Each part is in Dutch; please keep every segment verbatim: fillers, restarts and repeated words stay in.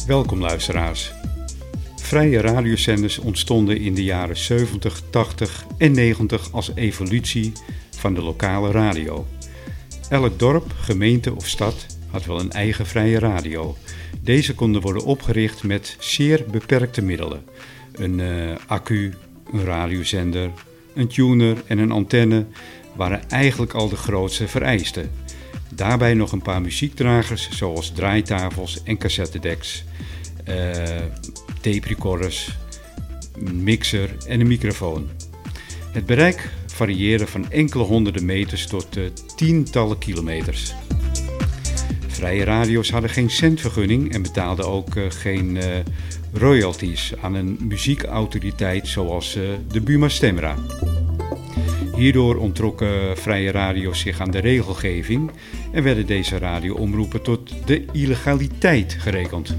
Welkom luisteraars. Vrije radiozenders ontstonden in de jaren zeventig, tachtig en negentig als evolutie van de lokale radio. Elk dorp, gemeente of stad had wel een eigen vrije radio. Deze konden worden opgericht met zeer beperkte middelen. Een uh, accu, een radiozender, een tuner en een antenne waren eigenlijk al de grootste vereisten. Daarbij nog een paar muziekdragers zoals draaitafels en cassettedecks, uh, tape recorders, een mixer en een microfoon. Het bereik varieerde van enkele honderden meters tot uh, tientallen kilometers. Vrije radio's hadden geen centvergunning en betaalden ook uh, geen uh, royalties aan een muziekautoriteit zoals uh, de Buma Stemra. Hierdoor onttrokken vrije radio's zich aan de regelgeving en werden deze radioomroepen tot de illegaliteit gerekend.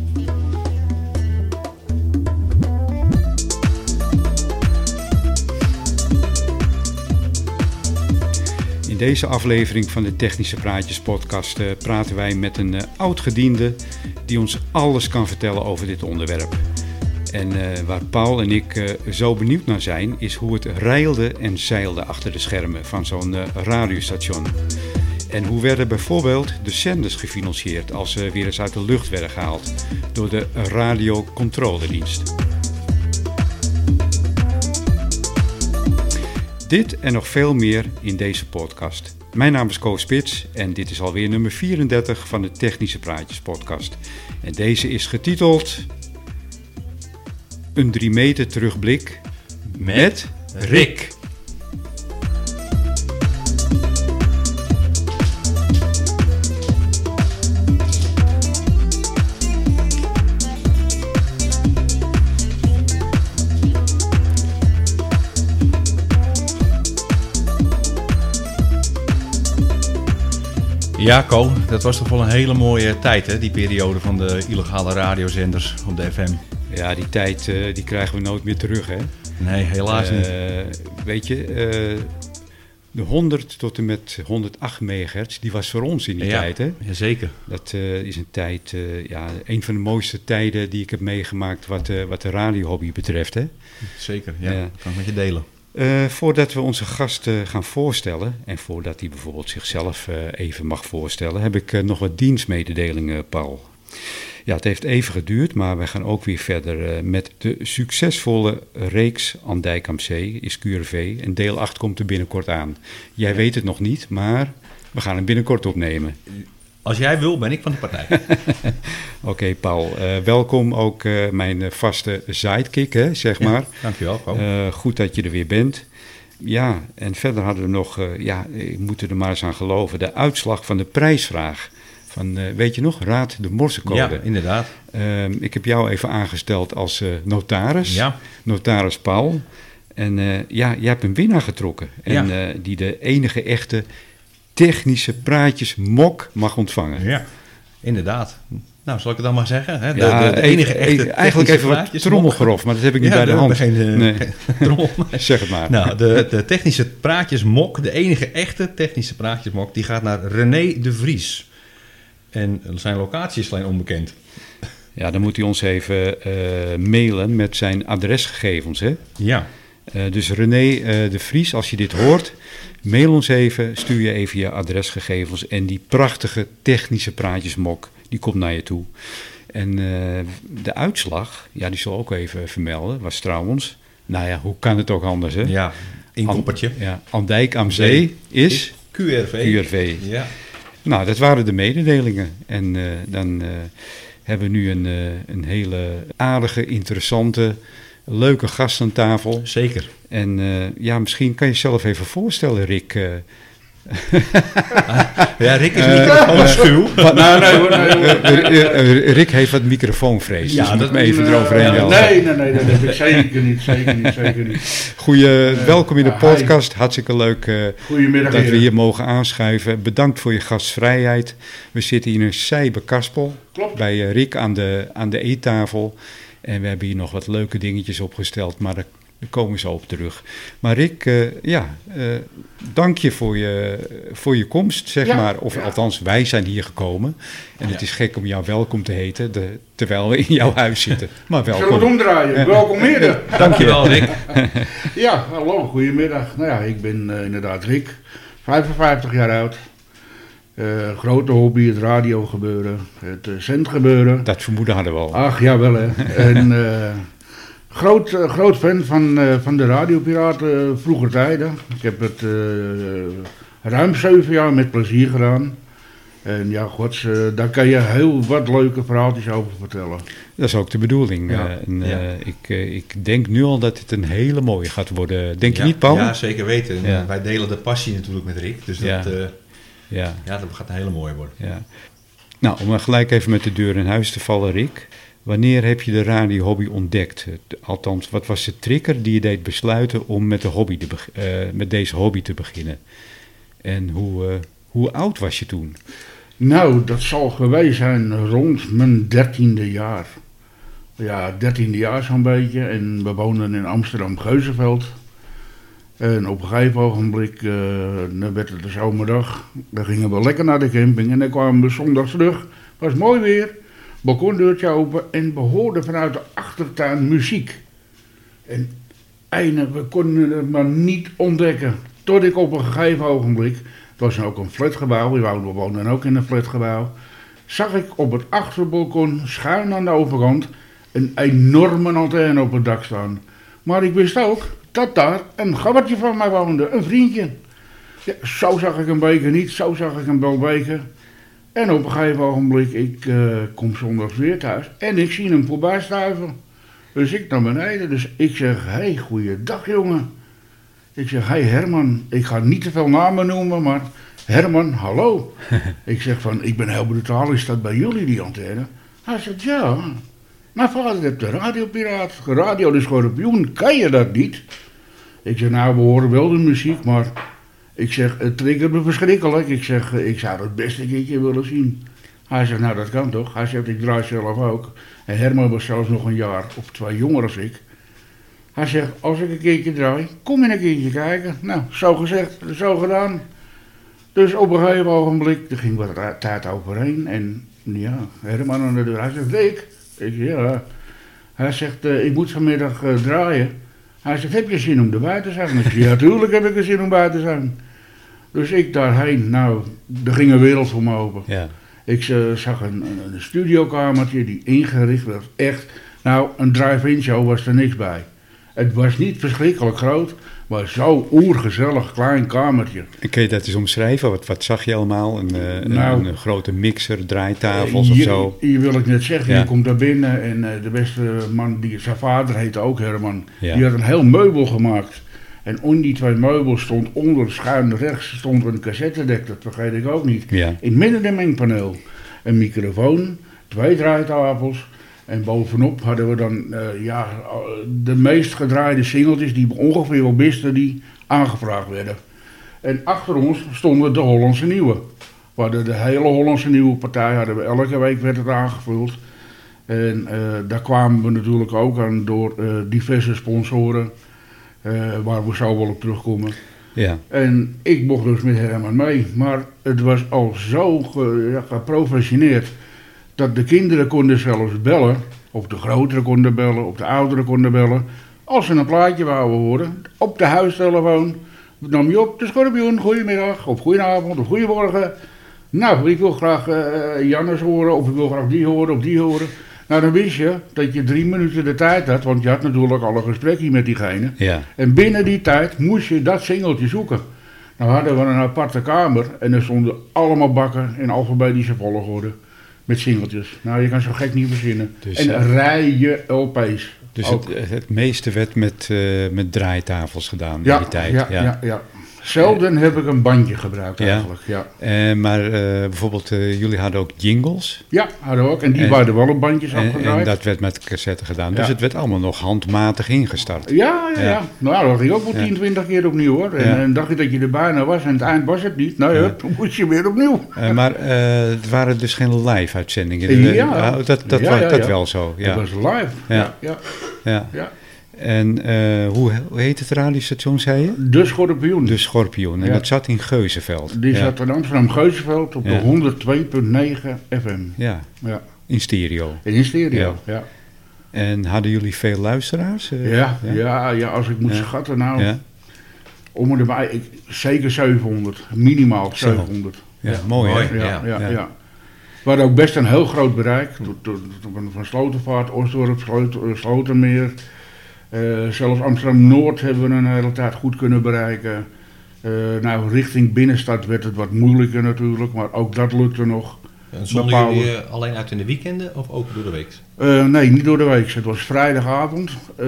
In deze aflevering van de Technische Praatjes podcast uh, praten wij met een uh, oud-gediende die ons alles kan vertellen over dit onderwerp. En uh, waar Paul en ik uh, zo benieuwd naar zijn, is hoe het reilde en zeilde achter de schermen van zo'n uh, radiostation. En hoe werden bijvoorbeeld de zenders gefinancierd als ze weer eens uit de lucht werden gehaald door de radiocontroledienst. Dit en nog veel meer in deze podcast. Mijn naam is Koos Spits en dit is alweer nummer vierendertig van de Technische Praatjes podcast. En deze is getiteld Een drie meter terugblik met, met Rick. Ja, Ko, dat was toch wel een hele mooie tijd, hè? Die periode van de illegale radiozenders op de F M. Ja, die tijd uh, die krijgen we nooit meer terug, hè? Nee, helaas uh, niet. Weet je, uh, de honderd tot en met honderdacht megahertz, die was voor ons in die ja, tijd, hè? Jazeker. Dat uh, is een tijd, uh, ja, een van de mooiste tijden die ik heb meegemaakt wat, uh, wat de radiohobby betreft, hè? Zeker, ja. Uh, kan ik met je delen. Uh, voordat we onze gast uh, gaan voorstellen, en voordat hij bijvoorbeeld zichzelf uh, even mag voorstellen, heb ik uh, nog wat dienstmededelingen, Paul. Ja, het heeft even geduurd, maar we gaan ook weer verder uh, met de succesvolle reeks Aan Dijk am Zee is Q R V. En deel acht komt er binnenkort aan. Jij ja. weet het nog niet, maar we gaan hem binnenkort opnemen. Als jij wil, ben ik van de partij. Oké, okay, Paul. Uh, welkom ook uh, mijn vaste sidekick, hè, zeg maar. Ja, dankjewel, Paul. Uh, goed dat je er weer bent. Ja, en verder hadden we nog, uh, ja, ik moet er maar eens aan geloven, de uitslag van de prijsvraag. Van, uh, weet je nog, Raad de Morsecode. Ja, inderdaad. Uh, ik heb jou even aangesteld als uh, notaris, ja. notaris Paul. En uh, ja, jij hebt een winnaar getrokken. En ja. uh, die de enige echte Technische Praatjes mok mag ontvangen. Ja, inderdaad. Nou, zal ik het dan maar zeggen? Hè? De, ja, de, de enige e- echte eigenlijk even wat trommelgerof, maar dat heb ik niet ja, bij de hand. Geen, uh, nee. geen trommel. Zeg het maar. Nou, de, de Technische Praatjes mok, de enige echte Technische Praatjes mok, die gaat naar René de Vries. En zijn locatie is alleen onbekend. Ja, dan moet hij ons even uh, mailen met zijn adresgegevens, hè? Ja. Uh, dus René uh, de Vries, als je dit hoort, mail ons even, stuur je even je adresgegevens en die prachtige Technische Praatjesmok, die komt naar je toe. En uh, de uitslag, ja, die zal ik ook even vermelden, was trouwens, nou ja, hoe kan het ook anders, hè? Ja, een koppertje. Ja, Aan Dijk am Zee is, is Q R V. Q R V. Ja. Nou, dat waren de mededelingen. En uh, dan uh, hebben we nu een, uh, een hele aardige, interessante, leuke gast aan tafel. Zeker. En uh, ja, misschien kan je jezelf even voorstellen, Rick. Uh, ja, Rick is microfoonschuw. Uh, uh, nou, nee, nee, nee, uh, Rick heeft wat microfoonvrees, ja, dus dat moet me even uh, eroverheen helpen. Nee, nee, nee, dat heb ik zeker niet, zeker niet, zeker niet. Goeie, uh, welkom in de podcast, hartstikke leuk uh, Goedemiddag, dat heren. we hier mogen aanschuiven. Bedankt voor je gastvrijheid. We zitten hier in Sijbe-Kaspel, bij uh, Rick aan de, aan de eettafel. En we hebben hier nog wat leuke dingetjes opgesteld, maar daar Daar komen we zo op terug. Maar Rick, uh, ja, uh, dank je voor je, voor je komst, zeg ja, maar. Of ja. althans, wij zijn hier gekomen. En ja. het is gek om jou welkom te heten, de, terwijl we in jouw huis zitten. Maar welkom. Zullen we het omdraaien? Uh, welkom hier. Dank je wel, Rick. Ja, hallo, goedemiddag. Nou ja, ik ben uh, inderdaad Rick, vijfenvijftig jaar oud. Uh, grote hobby, het radiogebeuren, het uh, zendgebeuren. Dat vermoeden hadden we al. Ach, jawel hè. En uh, groot, uh, groot fan van, uh, van de Radiopiraten, uh, vroeger tijden. Ik heb het uh, ruim zeven jaar met plezier gedaan. En ja, gods, uh, daar kan je heel wat leuke verhaaltjes over vertellen. Dat is ook de bedoeling. Ja. Uh, en, uh, Ja. ik, uh, ik denk nu al dat het een hele mooie gaat worden. Denk ja, je niet, Paul? Ja, zeker weten. Ja. Wij delen de passie natuurlijk met Rick. Dus dat, Ja. uh, Ja. ja, dat gaat een hele mooie worden. Ja. Nou, om gelijk even met de deur in huis te vallen, Rick. Wanneer heb je de radiohobby ontdekt? Althans, wat was de trigger die je deed besluiten om met, de hobby te beg- uh, met deze hobby te beginnen? En hoe, uh, hoe oud was je toen? Nou, dat zal geweest zijn rond mijn dertiende jaar. Ja, dertiende jaar zo'n beetje. En we woonden in Amsterdam-Geuzenveld. En op een gegeven ogenblik, uh, dan werd het de zomerdag. Dan gingen we lekker naar de camping en dan kwamen we zondags terug. Het was mooi weer, balkondeurtje open en we hoorden vanuit de achtertuin muziek. En einde, we konden het maar niet ontdekken. Tot ik op een gegeven ogenblik, het was ook een flatgebouw, we woonden ook in een flatgebouw, zag ik op het achterbalkon, schuin aan de overkant, een enorme antenne op het dak staan. Maar ik wist ook dat daar een gabbertje van mij woonde, een vriendje. Ja, zo zag ik een beker niet, zo zag ik een wel beker. En op een gegeven ogenblik, ik uh, kom zondags weer thuis en ik zie hem voorbij stuiven. Dus ik naar beneden, dus ik zeg, hé, hey, goeiedag jongen. Ik zeg, hé hey, Herman, ik ga niet te veel namen noemen, maar Herman, hallo. Ik zeg van, ik ben heel brutaal, is dat bij jullie die antenne? Hij zegt, ja. Mijn vader heeft de Radiopiraat, Radio de Schorpioen, kan je dat niet? Ik zeg, nou, we horen wel de muziek, maar ik zeg, het triggert me verschrikkelijk. Ik zeg, ik zou het best een keertje willen zien. Hij zegt, nou, dat kan toch? Hij zegt, ik draai zelf ook. En Herman was zelfs nog een jaar of twee jonger als ik. Hij zegt, als ik een keertje draai, kom je een keertje kijken. Nou, zo gezegd, zo gedaan. Dus op een gegeven ogenblik, er ging wat tijd overheen. En ja, Herman aan de deur, hij zegt, Rick. Ik zeg, ja. Hij zegt, uh, ik moet vanmiddag uh, draaien. Hij zegt, heb je zin om erbij te zijn? Ik zeg, ja, tuurlijk heb ik er zin om bij te zijn. Dus ik daarheen, nou, er ging een wereld voor me open. Ja. Ik uh, zag een, een, een studiokamertje die ingericht was. Echt, nou, een drive-in show was er niks bij. Het was niet verschrikkelijk groot, maar zo oergezellig klein kamertje. En kun je dat eens omschrijven? Wat, wat zag je allemaal? Een, uh, nou, een, een grote mixer, draaitafels uh, of hier, zo? Hier wil ik net zeggen, Ja. je komt daar binnen en uh, de beste man, die, zijn vader heette ook Herman, Ja. die had een heel meubel gemaakt. En onder die twee meubels stond onder, schuin rechts, stond een cassettedek, dat vergeet ik ook niet. Ja. In het midden een mengpaneel, een microfoon, twee draaitafels. En bovenop hadden we dan uh, ja, de meest gedraaide singeltjes die we ongeveer wel wisten die aangevraagd werden. En achter ons stonden de Hollandse Nieuwe. We hadden de hele Hollandse Nieuwe partij, hadden we elke week werd het aangevuld. En uh, daar kwamen we natuurlijk ook aan door uh, diverse sponsoren, uh, waar we zo wel op terugkomen. Ja. En ik mocht dus met Herman mee, maar het was al zo ge, ja, geprofessioneerd dat de kinderen konden zelfs bellen, of de grotere konden bellen, of de ouderen konden bellen. Als ze een plaatje wouden horen, op de huistelefoon, nam je op, de Schorpioen, goedemiddag, of goedenavond, of goedemorgen. Nou, ik wil graag uh, Jannes horen, of ik wil graag die horen, of die horen. Nou, dan wist je dat je drie minuten de tijd had, want je had natuurlijk al een gesprekje met diegene. Ja. En binnen die tijd moest je dat singeltje zoeken. Nou hadden we een aparte kamer en er stonden allemaal bakken in alfabetische volgorde. Met singeltjes. Nou, je kan zo gek niet verzinnen. Dus, en uh, rijen L P's. Dus het, het meeste werd met, uh, met draaitafels gedaan ja, in die tijd. Ja, ja. ja, ja. Zelden uh, heb ik een bandje gebruikt eigenlijk. Ja. Ja. Uh, maar uh, bijvoorbeeld, uh, jullie hadden ook jingles. Ja, hadden we ook. En die en, waren wel op bandjes afgedraaid. En dat werd met cassetten gedaan. Dus ja. het werd allemaal nog handmatig ingestart. Ja, ja, ja. ja. Nou, dat ging ook wel ja. tien, twintig keer opnieuw hoor. En, ja. en dacht je dat je er bijna was en aan het eind was het niet. Nou ja, ja. dan moest je weer opnieuw. Uh, maar uh, het waren dus geen live uitzendingen. Ja. Uh, dat dat, ja, was, ja, dat ja. wel zo. Ja. Dat was live. Ja. ja. ja. ja. En uh, hoe, hoe heet het radiostation, zei je? De Schorpioen. De Schorpioen. En ja. dat zat in Geuzenveld. Die ja. zat in Amsterdam-Geuzenveld op ja. de honderd twee komma negen F M. Ja. ja, in stereo. In stereo, ja. ja. En hadden jullie veel luisteraars? Uh, ja, ja? Ja, ja, als ik moet ja. schatten, nou, ja. om erbij, ik, zeker zevenhonderd, minimaal Zo. zevenhonderd. Ja, ja. mooi, mooi hè? Ja, ja. ja, ja. ja. ja. We hadden ook best een heel groot bereik, van Slotervaart, Osdorp, Slotermeer. Uh, zelfs Amsterdam-Noord hebben we een hele tijd goed kunnen bereiken. Uh, nou, richting binnenstad werd het wat moeilijker natuurlijk, maar ook dat lukte nog. En zonden bepaalde... jullie uh, alleen uit in de weekenden of ook door de week? Uh, nee, niet door de week. Het was vrijdagavond. Uh,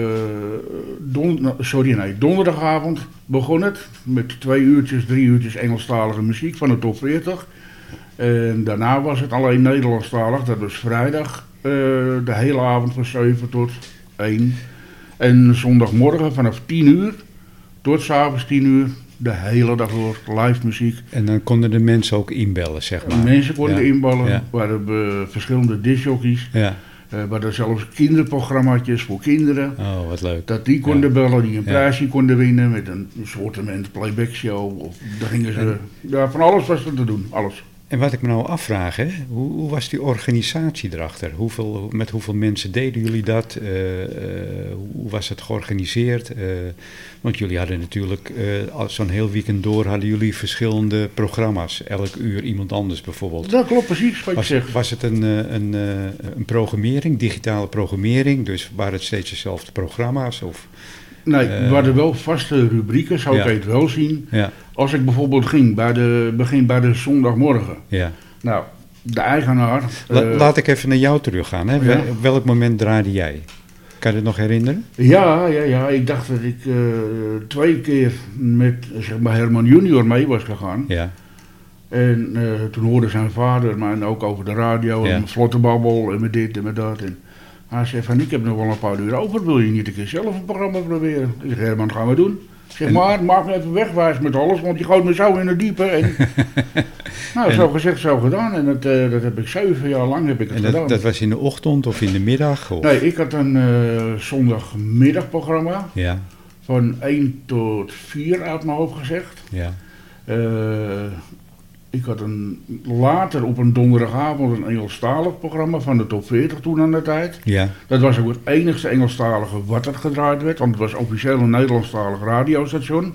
don- sorry, nee, donderdagavond begon het. Met twee uurtjes, drie uurtjes Engelstalige muziek van de top veertig. En daarna was het alleen Nederlandstalig. Dat was vrijdag. Uh, de hele avond van zeven tot één. En zondagmorgen vanaf tien uur tot 's avonds tien uur. De hele dag door live muziek. En dan konden de mensen ook inbellen, zeg maar. Mensen konden ja. inbellen. Ja. We hadden verschillende discjockeys. Ja. Uh, we hadden zelfs kinderprogramma's voor kinderen. Oh, wat leuk. Dat die konden ja. bellen, die een ja. prijsje konden winnen met een soortement playback show. Of, daar gingen ze, en, ja, van alles was er te doen, alles. En wat ik me nou afvraag, hè, hoe, hoe was die organisatie erachter? Hoeveel, met hoeveel mensen deden jullie dat? Uh, uh, hoe was het georganiseerd? Uh, want jullie hadden natuurlijk, uh, zo'n heel weekend door, hadden jullie verschillende programma's. Elk uur iemand anders bijvoorbeeld. Dat klopt precies wat was, je zegt. Was het een, een, een programmering, digitale programmering? Dus waren het steeds dezelfde programma's? Of... Nee, we hadden wel vaste rubrieken, zou ja. ik het wel zien. Ja. Als ik bijvoorbeeld ging, bij de, begin bij de zondagmorgen. Ja. Nou, de eigenaar... La, uh, laat ik even naar jou terug gaan. Hè? Ja. Op welk moment draaide jij? Kan je het nog herinneren? Ja, ja, ja. Ik dacht dat ik uh, twee keer met zeg maar Herman junior mee was gegaan. Ja. En uh, toen hoorde zijn vader mij ook over de radio ja. en vlottebabbel en met dit en met dat. En hij zei van, ik heb nog wel een paar uur over, wil je niet een keer zelf een programma proberen? Ik zeg, Herman, gaan we doen. Ik zeg, en... maar maak me even wegwijs met alles, want je gooit me zo in het diepe. En... nou, en... zo gezegd, zo gedaan. En dat, uh, dat heb ik zeven jaar lang heb ik het en dat, gedaan. dat was in de ochtend of in de middag? Of? Nee, ik had een uh, zondagmiddagprogramma. Ja. Van één tot vier uit mijn hoofd gezegd. Ja. Uh, Ik had een, later op een donderdagavond een Engelstalig programma van de top veertig toen aan de tijd. Ja. Dat was ook het enigste Engelstalige wat er gedraaid werd, want het was officieel een Nederlandstalig radiostation.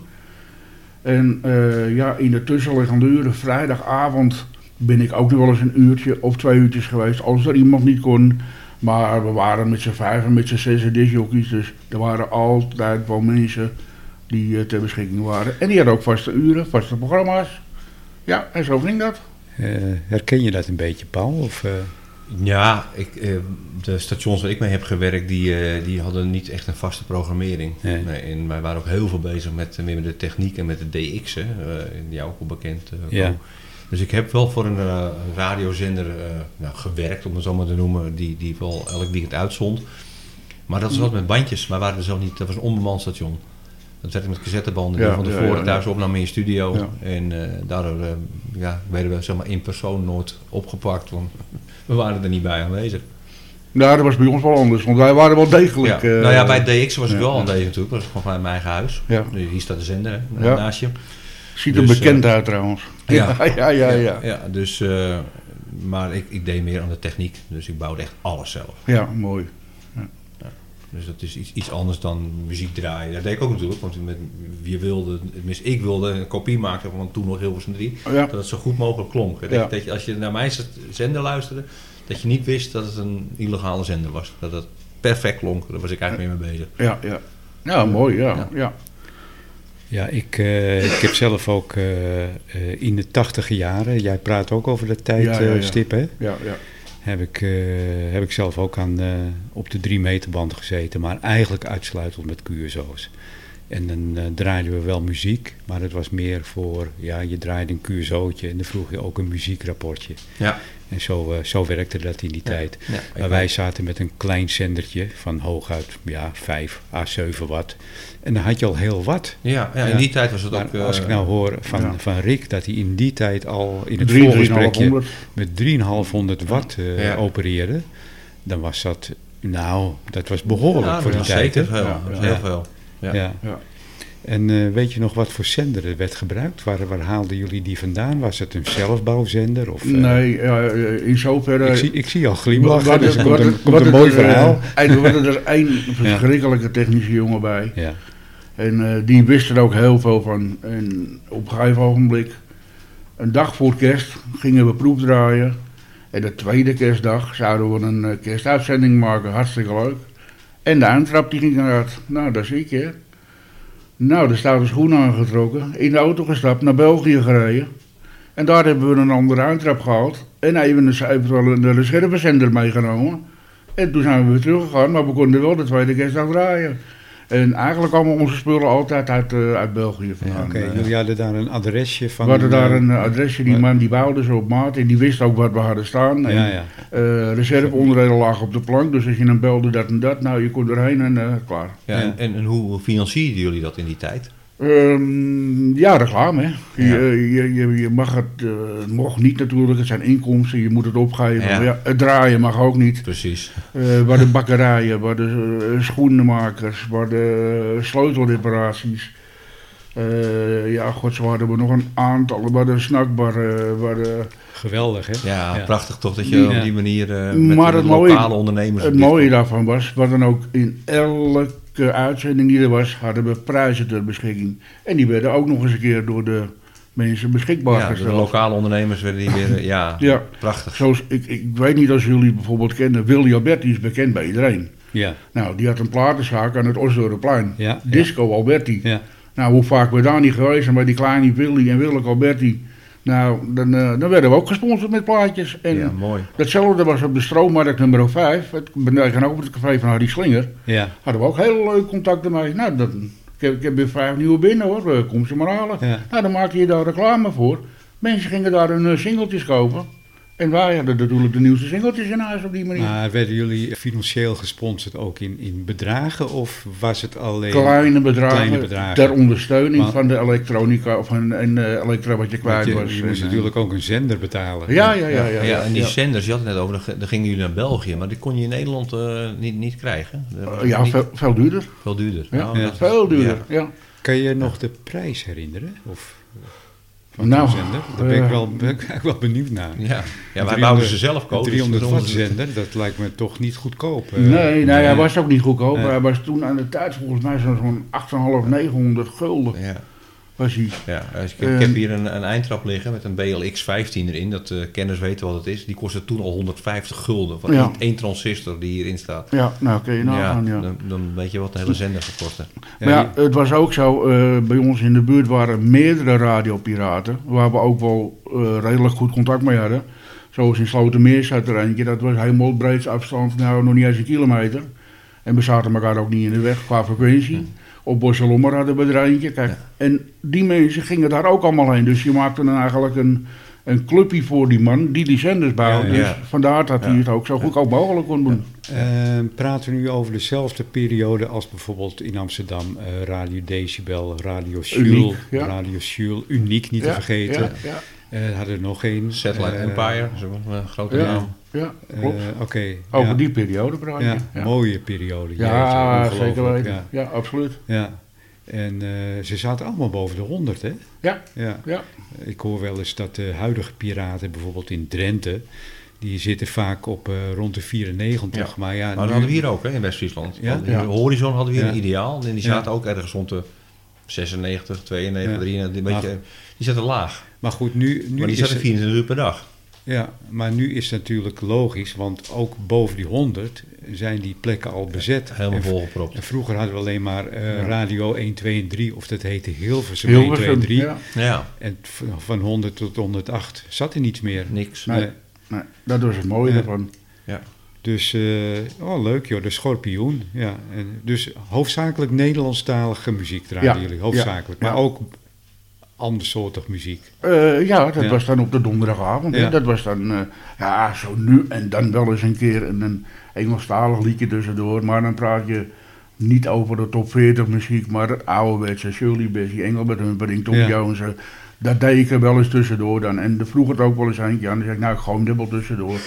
En uh, ja, in de tussenliggende uren, vrijdagavond, ben ik ook nog wel eens een uurtje of twee uurtjes geweest, als er iemand niet kon. Maar we waren met z'n vijf en met z'n zes discjockeys, dus er waren altijd wel mensen die uh, ter beschikking waren. En die hadden ook vaste uren, vaste programma's. Ja, en zo ging dat. Uh, herken je dat een beetje, Paul? Of, uh... Ja, ik, uh, de stations waar ik mee heb gewerkt, die, uh, die hadden niet echt een vaste programmering. Nee. Nee, en wij waren ook heel veel bezig met, met de techniek en met de D X'en, uh, die ook wel bekend. Uh, ja. Dus ik heb wel voor een uh, radiozender uh, nou, gewerkt, om het zo maar te noemen, die, die wel elk weekend uitzond. Maar dat was wat met bandjes, maar waren er zelf niet, dat was een onbemand station. Dat werd met cassettebanden, die ja, van tevoren ja, ja, ja. thuis opnamen in je studio. Ja. En uh, daardoor uh, ja, werden we zeg maar, in persoon nooit opgepakt, want we waren er niet bij aanwezig. Ja, dat was bij ons wel anders, want wij waren wel degelijk. Ja. Uh, nou ja, bij D X was ik ja, wel ja. aanwezig natuurlijk, dat was gewoon vanuit mijn eigen huis. Ja. Hier staat de zender hè, ja. naast je. Ziet er dus, bekend uh, uit trouwens. Ja, ja, ja, ja. ja. ja, ja dus, uh, maar ik, ik deed meer aan de techniek, dus ik bouwde echt alles zelf. Ja, mooi. Dus dat is iets, iets anders dan muziek draaien. Dat deed ik ook natuurlijk, want met, je wilde, tenminste ik wilde een kopie maken van toen nog Hilversum drie, ja. dat het zo goed mogelijk klonk. Dat, ja. dat je, als je naar mijn zender luisterde, dat je niet wist dat het een illegale zender was. Dat het perfect klonk, daar was ik eigenlijk mee mee bezig. Ja, ja. ja mooi, ja. ja. ja. Ja, ik, uh, ik heb zelf ook uh, uh, in de tachtige jaren, jij praat ook over dat tijdstip, ja, ja, ja. hè? Ja, ja. Heb ik, uh, heb ik zelf ook aan, uh, op de drie meter band gezeten, maar eigenlijk uitsluitend met Q S O's. En dan uh, draaiden we wel muziek, maar het was meer voor, ja, je draaide een Q S O'tje en dan vroeg je ook een muziekrapportje. Ja. En zo, uh, zo werkte dat in die ja. tijd. Ja, maar wij zaten met een klein zendertje van hooguit ja, vijf à zeven watt. En dan had je al heel wat. Ja, ja in die ja. tijd was het maar ook... Uh, als ik nou hoor van, ja. van Rick dat hij in die tijd al in het drie, voorgesprekje met drieënhalfhonderd watt uh, ja. opereerde, dan was dat Nou, dat was behoorlijk Ja, voor dat die was tijd. zeker hè? veel. Ja, Dat was ja. heel Ja. veel. Ja. Ja. Ja. En eh, weet je nog wat voor zender er werd gebruikt? Waar, waar haalden jullie die vandaan? Was het een zelfbouwzender? Of, eh, Nee, ja, in zoverre... ik, zie, ik zie al glimlachen, Wat- dus er wat- komt een, wat- komt wat een het mooi er, eh, verhaal. En er was er één verschrikkelijke technische jongen bij. Ja. En eh, die wist er ook heel veel van. En op een gegeven ogenblik, een dag voor kerst, gingen we proef draaien. En de tweede kerstdag zouden we een uh, kerstuitzending maken, hartstikke leuk. En de eindtrap die ging eruit. Nou, dat zie ik, hè. Nou, de stoute schoenen aangetrokken, in de auto gestapt, naar België gereden. En daar hebben we een andere eindtrap gehaald. En even een, eventueel een reservezender meegenomen. En toen zijn we weer teruggegaan, maar we konden wel de tweede kerstdag draaien. En eigenlijk kwamen onze spullen altijd uit, uh, uit België vandaan. Oké, Uh, jullie hadden daar een adresje van... we hadden daar eh, een uh, adresje, die maar- man die bouwde ze op maat en die wist ook wat we hadden staan. En, Ja, ja. uh, reserveonderdelen lagen op de plank, dus als je hem belde dat en dat, nou je kon erheen en uh, klaar. Ja, Ja. En, en, en hoe financierden jullie dat in die tijd? Um, ja, reclame. Hè. Je, Ja. je, je, je mag het, uh, het mocht niet natuurlijk, het zijn inkomsten, je moet het opgeven. Ja. Ja, het draaien mag ook niet. Precies. Uh, waar de bakkerijen, waar de uh, schoenenmakers, waar de uh, sleutelreparaties. Uh, ja, god, zo hadden we nog een aantal, waar de snackbar, uh, waar de... Geweldig, hè? Ja, Ja. prachtig toch dat je Ja. op die manier uh, met Maar de het mooie- lokale ondernemers... Het op dit mooie komt. daarvan was, wat dan ook in elke uitzending die er was, hadden we prijzen ter beschikking. En die werden ook nog eens een keer door de mensen beschikbaar Ja, de gesteld. lokale ondernemers werden die weer... uh, ja, Ja. prachtig. Zoals, ik, ik weet niet als jullie bijvoorbeeld kennen, Willy Alberti is bekend bij iedereen. Ja, Nou, die had een platenzaak aan het Osdorpplein. ja, ja. Disco Alberti. Ja, Nou, hoe vaak we daar niet geweest zijn bij die kleine Willy en Willeke Alberti. Nou, dan, uh, dan werden we ook gesponsord met plaatjes. En Ja, mooi. datzelfde was op de Stroommarkt nummer vijf. Het beneden ook op het café van Harry Slinger. ja. Hadden we ook heel leuk contacten mee. Nou, dat, ik, heb, ik heb weer vijf nieuwe binnen hoor, Uh, kom ze maar halen. Ja. Nou, dan maakte je daar reclame voor. Mensen gingen daar hun uh, singeltjes kopen. En wij hadden natuurlijk de nieuwste singeltjes in huis op die manier. Maar werden jullie financieel gesponsord ook in, in bedragen of was het alleen... Kleine bedragen, Kleine bedragen. ter ondersteuning Maar- van de elektronica of een, en uh, elektra wat je Want kwijt je, was. je En, moest uh, natuurlijk ook een zender betalen. Ja, ja, ja. Ja, ja, en die ja. zenders, je had het net over, dan- dan gingen jullie naar België, maar die kon je in Nederland uh, niet, niet krijgen. Dat was Uh, ja, niet- veel, veel duurder. veel duurder. Ja, Nou, Ja. dat- Veel duurder, ja. ja. Kan je nog de prijs herinneren? Of, van Nou, zo'n zender? Daar ben ik, eh, wel, ben ik eigenlijk wel benieuwd naar. Ja, ja wij driehonderd wouden ze zelf Een kopen. dus driehonderd toen watt konden ze- zender, dat lijkt me toch niet goedkoop. eh. Nee, nee, hij was ook niet goedkoop. Nee. Hij was toen aan de tijd volgens mij zo'n zo'n achthonderd, negenhonderd gulden. Ja, Was hij. ja. Dus ik, ik Eh, heb hier een, een eindtrap liggen met een B L X vijftien erin. Dat uh, kenners weten wat het is. Die kostte toen al honderdvijftig gulden. Van Ja. één, één transistor die hierin staat. Ja, nou kun je nagaan, ja. Dan, dan weet je wat de hele zender gaat kosten. Maar ja, het was ook zo, uh, bij ons in de buurt waren meerdere radiopiraten, waar we ook wel uh, redelijk goed contact mee hadden. Zoals in Slotermeer zat er eentje, dat was helemaal breed afstand, nou nog niet eens een kilometer. En we zaten elkaar ook niet in de weg qua frequentie. Hm. Op Bosselommer hadden we er eentje, kijk. Ja. En die mensen gingen daar ook allemaal heen, dus je maakte dan eigenlijk een, een clubje voor die man die die zenders bouwde. Ja, ja. Dus vandaar dat hij Ja. het ook zo goedkoop mogelijk kon doen. Eh, praten we nu over dezelfde periode als bijvoorbeeld in Amsterdam eh, Radio Decibel, Radio Jules, Uniek, ja. Radio Jules, Uniek niet te Ja, vergeten. Ja, ja, Eh, hadden er nog één. Satellite Eh, Empire, dat is ook een grote Ja. naam. ja, eh, klopt. Oké. Over ja. die periode praat je. Ja, Ja, mooie periode. ja Jeetje, zeker ongelooflijk. weten. Ja, Ja, absoluut. ja. En eh, ze zaten allemaal boven de honderd, hè? Ja, Ja. ja. Ik hoor wel eens dat de huidige piraten, bijvoorbeeld in Drenthe, die zitten vaak op eh, rond de vierennegentig. Ja. Maar ja, Maar dat nu- hadden we hier ook hè, in West-Friesland. Ja? In Ja. Horizon hadden we hier Ja. een ideaal. En die Ja. zaten ook ergens rond de zesennegentig, tweeënnegentig, Ja. drieënnegentig. Een beetje, Maar- die zaten laag. Maar goed, nu, nu Maar die is zaten het- vierentwintig uur per dag. Ja, maar nu is het natuurlijk logisch, want ook boven die honderd zijn die plekken al bezet. Helemaal En, volgepropt. en vroeger hadden we alleen maar eh, Ja. radio één, twee en drie, of dat heette Hilversum, Hilversum, één, twee en drie. ja. Ja, En v- van honderd tot honderdtacht zat er niets meer. niks. Nee. Nee. Nee, dat was het mooie Ja. ervan. Ja. Dus, eh, oh leuk joh, de Schorpioen. Ja. En dus hoofdzakelijk Nederlandstalige muziek draaiden Ja, jullie, hoofdzakelijk. ja, Maar ja. ook andersoortig muziek. Eh, ja, dat Ja. was dan op de donderdagavond. hè. Ja. Dat was dan, eh, ja, zo nu en dan wel eens een keer een, een Engelstalig liedje tussendoor. Maar dan praat je niet over de top veertig muziek, maar het ouderwetse Shirley Bassey, Engelbert Humperdinck, Tom Ja. Jones. eh, dat deed ik er wel eens tussendoor dan. En er vroeg het ook wel eens eentje aan. Dan zeg ik, nou, ik gooi hem dubbel tussendoor.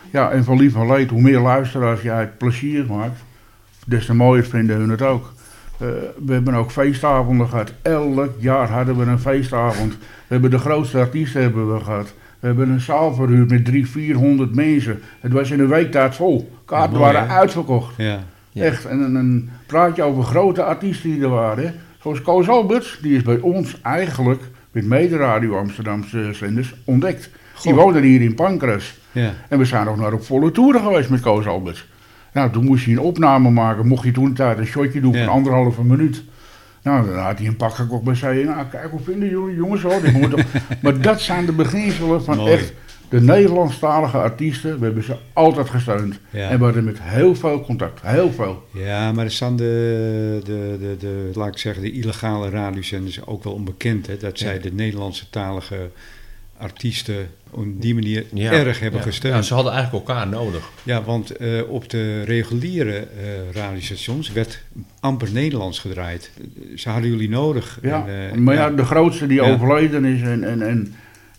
Ja, en van lief en leed, hoe meer luisteraars jij het plezier maakt, des te mooier vinden hun het ook. Uh, we hebben ook feestavonden gehad. Elk jaar hadden we een feestavond. We hebben de grootste artiesten hebben we gehad. We hebben een zaal verhuurd met drie, vierhonderd mensen. Het was in een week tijd vol. Kaarten ja, mooi, waren hè? Uitverkocht. Ja. Ja. Echt. En dan praat je over grote artiesten die er waren. Hè? Zoals Koos Alberts, die is bij ons eigenlijk met Mederadio Amsterdamse zenders ontdekt. God. Die woonde hier in Pancras. Ja. En we zijn ook naar op volle toeren geweest met Koos Alberts. Nou, toen moest hij een opname maken. Mocht je toen tijd een shotje doen ja. van anderhalve minuut. Nou, dan had hij een pak gekocht bij zei, nou, kijk, hoe vinden jullie jongens al? Maar dat zijn de beginselen van Mooi. Echt de Nederlandstalige artiesten. We hebben ze altijd gesteund. Ja. En we hadden met heel veel contact. Heel veel. Ja, maar er staan de, de, de, de, laat ik zeggen, de illegale radiozenders ook wel onbekend. Hè, dat zij ja. de Nederlandse talige artiesten op die manier ja, erg hebben ja. gesteund. Ja, ze hadden eigenlijk elkaar nodig. Ja, want uh, op de reguliere uh, radiostations werd amper Nederlands gedraaid. Ze hadden jullie nodig. Ja, en, uh, maar ja, ja, de grootste die ja. overleden is en... en, en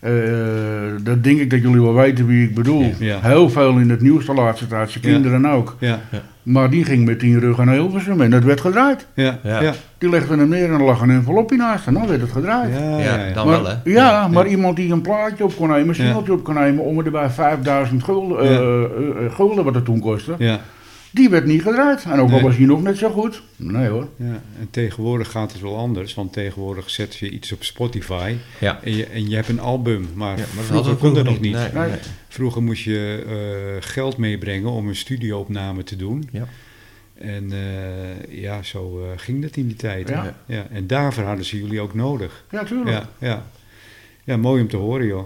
uh, dat denk ik dat jullie wel weten wie ik bedoel. Ja. Ja. Heel veel in het nieuws de laatste tijd, zijn kinderen ja. ook. Ja. Ja. Maar die ging met tien rug naar Hilversum en dat werd gedraaid. Ja. Ja. Ja. Die legden hem neer en lag een envelopje naast en dan werd het gedraaid. Ja, ja, ja. dan maar, wel hè. Ja, ja, maar ja. iemand die een plaatje op kon nemen, een singeltje ja. op kon nemen om er bij vijfduizend gulden, ja. uh, uh, gulden wat het toen kostte. Ja. Die werd niet gedraaid. En ook al nee. was hij nog net zo goed. Nee hoor. Ja, en tegenwoordig gaat het wel anders. Want tegenwoordig zet je iets op Spotify. Ja. En, je, en je hebt een album. Maar, ja, maar vroeger kon dat nog niet. Nee, nee. Nee. Vroeger moest je uh, geld meebrengen om een studioopname te doen. Ja. En uh, ja, zo uh, ging dat in die tijd. Ja. Ja. En daarvoor hadden ze jullie ook nodig. Ja, tuurlijk. Ja, ja. ja, mooi om te horen joh.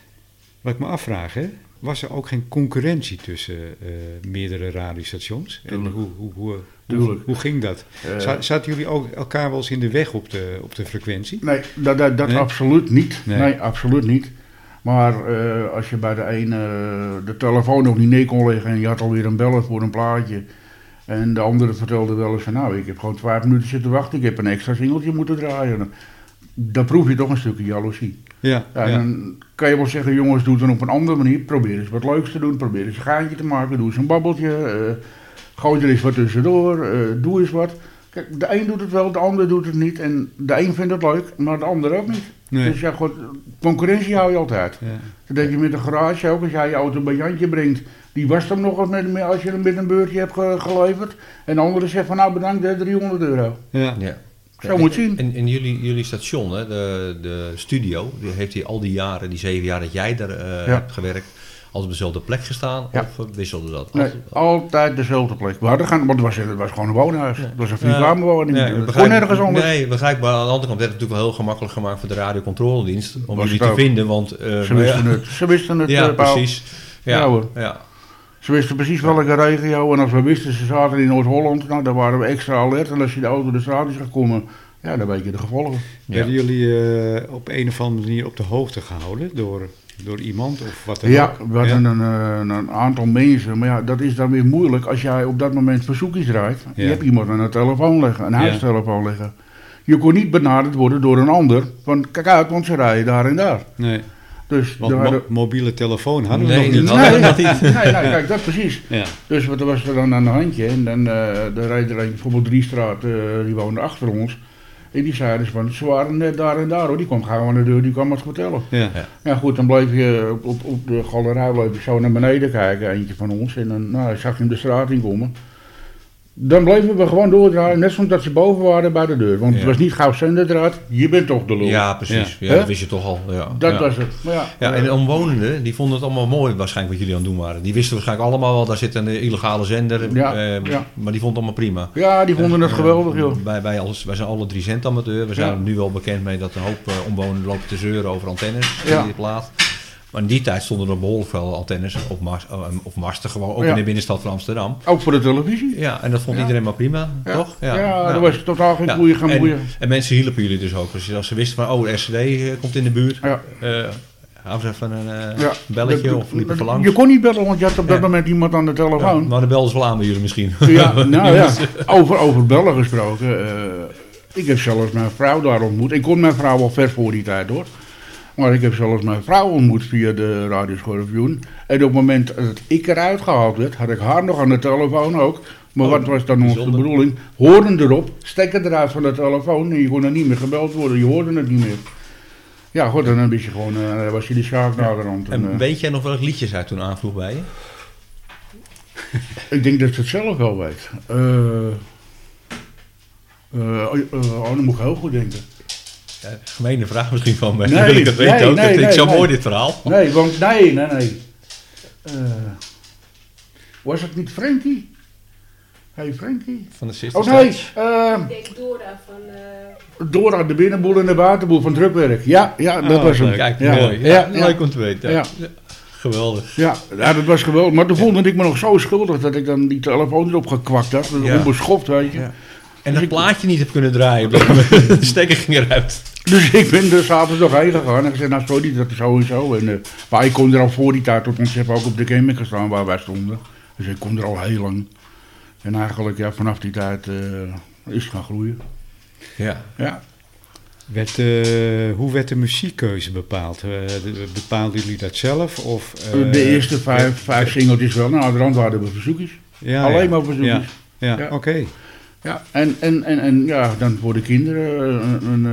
Wat ik me afvraag hè. Was er ook geen concurrentie tussen uh, meerdere radiostations? En hoe, hoe, hoe, hoe, hoe ging dat? Uh, Zaten jullie ook elkaar wel eens in de weg op de, op de frequentie? Nee, dat, dat, dat nee? absoluut niet. Nee. nee, absoluut niet. Maar uh, als je bij de ene uh, de telefoon nog niet neer kon leggen en je had alweer een beller voor een plaatje. En de andere vertelde wel eens van nou, ik heb gewoon vijf minuten zitten wachten, ik heb een extra singeltje moeten draaien. Dan proef je toch een stukje jaloezie. Ja, ja, en ja. dan kan je wel zeggen, jongens, doe het dan op een andere manier. Probeer eens wat leuks te doen, probeer eens een gaantje te maken, doe eens een babbeltje. Uh, gooi er eens wat tussendoor, uh, doe eens wat. Kijk, de een doet het wel, de ander doet het niet. En de een vindt het leuk, maar de ander ook niet. Nee. Dus ja, goed, concurrentie hou je altijd. Ja. Dat denk je met een garage ook, als jij je auto bij Jantje brengt. Die was hem nog met, als je hem met een beurtje hebt ge, geleverd. En de andere zegt van nou bedankt, driehonderd euro. Ja. ja. Zo moet zien. En, en jullie, jullie station, hè, de, de studio, die heeft hij al die jaren, die zeven jaar dat jij daar uh, ja. hebt gewerkt, altijd op dezelfde plek gestaan? Ja. Of wisselde dat? Nee, altijd, altijd dezelfde plek. We hadden gaan, want het was, het was gewoon een woonhuis. Ja. Het was een vierkamerwoning. Ja, nee, gewoon nergens anders. Nee, begrijp, maar aan de andere kant werd het natuurlijk wel heel gemakkelijk gemaakt voor de radiocontroledienst om was jullie te vinden. Want, uh, ze wisten ja. het. Ze wisten het. Ja, uh, precies. Ja, ja, hoor. Ja. Ze wisten precies welke regio en als we wisten ze zaten in Noord-Holland, nou, dan waren we extra alert. En als je de auto de straat is gekomen, ja, dan weet je de gevolgen. Ja. Werden jullie uh, op een of andere manier op de hoogte gehouden door, door iemand of wat dan ja, ook? We hadden ja, een, een, een aantal mensen, maar ja, dat is dan weer moeilijk als jij op dat moment verzoekjes draait. Ja. Je hebt iemand aan de telefoon leggen, een huistelefoon ja. leggen. Je kon niet benaderd worden door een ander, van kijk uit, want ze rijden daar en daar. Nee. Dus Want mo- mobiele telefoon hadden we nee, nog niet. Nee, nee, nee, nee, nee, kijk, dat precies. Ja. Dus wat was er dan aan de handje? En dan uh, de rijder bijvoorbeeld Driestraat, uh, die woonde achter ons. En die zeiden van, ze waren net daar en daar hoor. Die kwam gewoon naar de deur, die kwam wat vertellen. Ja, ja. ja goed, dan bleef je op, op, op de galerij bleef je zo naar beneden kijken, eentje van ons. En dan nou, zag je hem de straat in komen. Dan bleven we gewoon doordraaien, net zoals dat ze boven waren bij de deur. Want ja. het was niet gauw zenderdraad, je bent toch de lul. Ja, precies. Ja. Ja, dat wist je toch al. Ja. Dat ja. was het. Ja. Ja, en de omwonenden, die vonden het allemaal mooi waarschijnlijk wat jullie aan het doen waren. Die wisten waarschijnlijk allemaal wel, daar zit een illegale zender. Ja. Eh, ja. Maar die vonden het allemaal prima. Ja, die vonden het uh, geweldig, joh. Wij, wij, als, wij zijn alle drie zendamateur. We zijn ja. nu wel bekend mee dat een hoop uh, omwonenden lopen te zeuren over antennes ja. in die plaat. Maar in die tijd stonden er behoorlijk veel antennes op mast, of masten gewoon, ook ja. in de binnenstad van Amsterdam. Ook voor de televisie? Ja, en dat vond ja. iedereen maar prima, ja. toch? Ja, ja, ja. Er was totaal geen boeien gaan boeien. En, en mensen hielpen jullie dus ook. Dus als ze wisten van, oh, de R C D komt in de buurt, ja. uh, hou ze even een uh, ja. belletje de, de, of liepen even langs. Je kon niet bellen, want je had op dat ja. moment iemand aan de telefoon. Ja, maar de belden ze wel aan bij jullie misschien. Ja, nou ja, over, over bellen gesproken. Uh, ik heb zelfs mijn vrouw daar ontmoet. Ik kon mijn vrouw al ver voor die tijd hoor. Maar ik heb zelfs mijn vrouw ontmoet via de radioschorpioen. En op het moment dat ik eruit gehaald werd, had ik haar nog aan de telefoon ook. Maar Oh, wat was dan onze bijzonder. bedoeling? Hoorden erop, stekken eruit van de telefoon en je kon er niet meer gebeld worden. Je hoorde het niet meer. Ja, goed, en dan was je gewoon, uh, was je die schaak naar de rand. En uh, weet jij nog welke liedjes hij toen aanvroeg bij je? Ik denk dat ze het zelf wel weet. Uh, uh, uh, oh, dan moet ik heel goed denken. Ja, gemene vraag misschien van mij. Nee, wil ik het weten nee, ook. nee, dat vind ik nee, zo nee. mooi dit verhaal. Nee, want nee, nee, nee. Uh, was het niet Frankie? Hey Frankie? Van de Sister Oh nee, Sledge. uh, Ik denk Dora van... eh, Dora, de binnenboel en de buitenboel van drukwerk. Ja, ja, dat Oh, was hem. leuk. Kijk, Ja. mooi. Ja, Ja, ja. leuk om te weten. Ja. Ja. Ja. Geweldig. Ja, ja, dat was geweldig. Maar toen voelde ik me nog zo schuldig dat ik dan die telefoon erop gekwakt had. Ja. Onbeschoft, weet je. Ja. En dat plaatje niet heb kunnen draaien. op dat moment. De stekker ging eruit. Dus ik ben er zaterdag heen gegaan en gezegd, nou sorry, dat is zo en zo. En, uh, maar ik kon er al voor die tijd tot ons hebben ook op de camping gestaan waar wij stonden. Dus ik kon er al heel lang. En eigenlijk, ja, vanaf die tijd uh, is het gaan groeien. Ja. Ja. Werd, uh, hoe werd de muziekkeuze bepaald? Uh, de, bepaalden jullie dat zelf? Of, uh, de eerste vijf, vijf singeltjes wel. Nou, de rand waren we verzoekjes. Ja, Alleen ja. maar verzoekjes. Ja, ja, Ja. oké. Okay. Ja, en, en, en, en ja, dan voor de kinderen, een, een,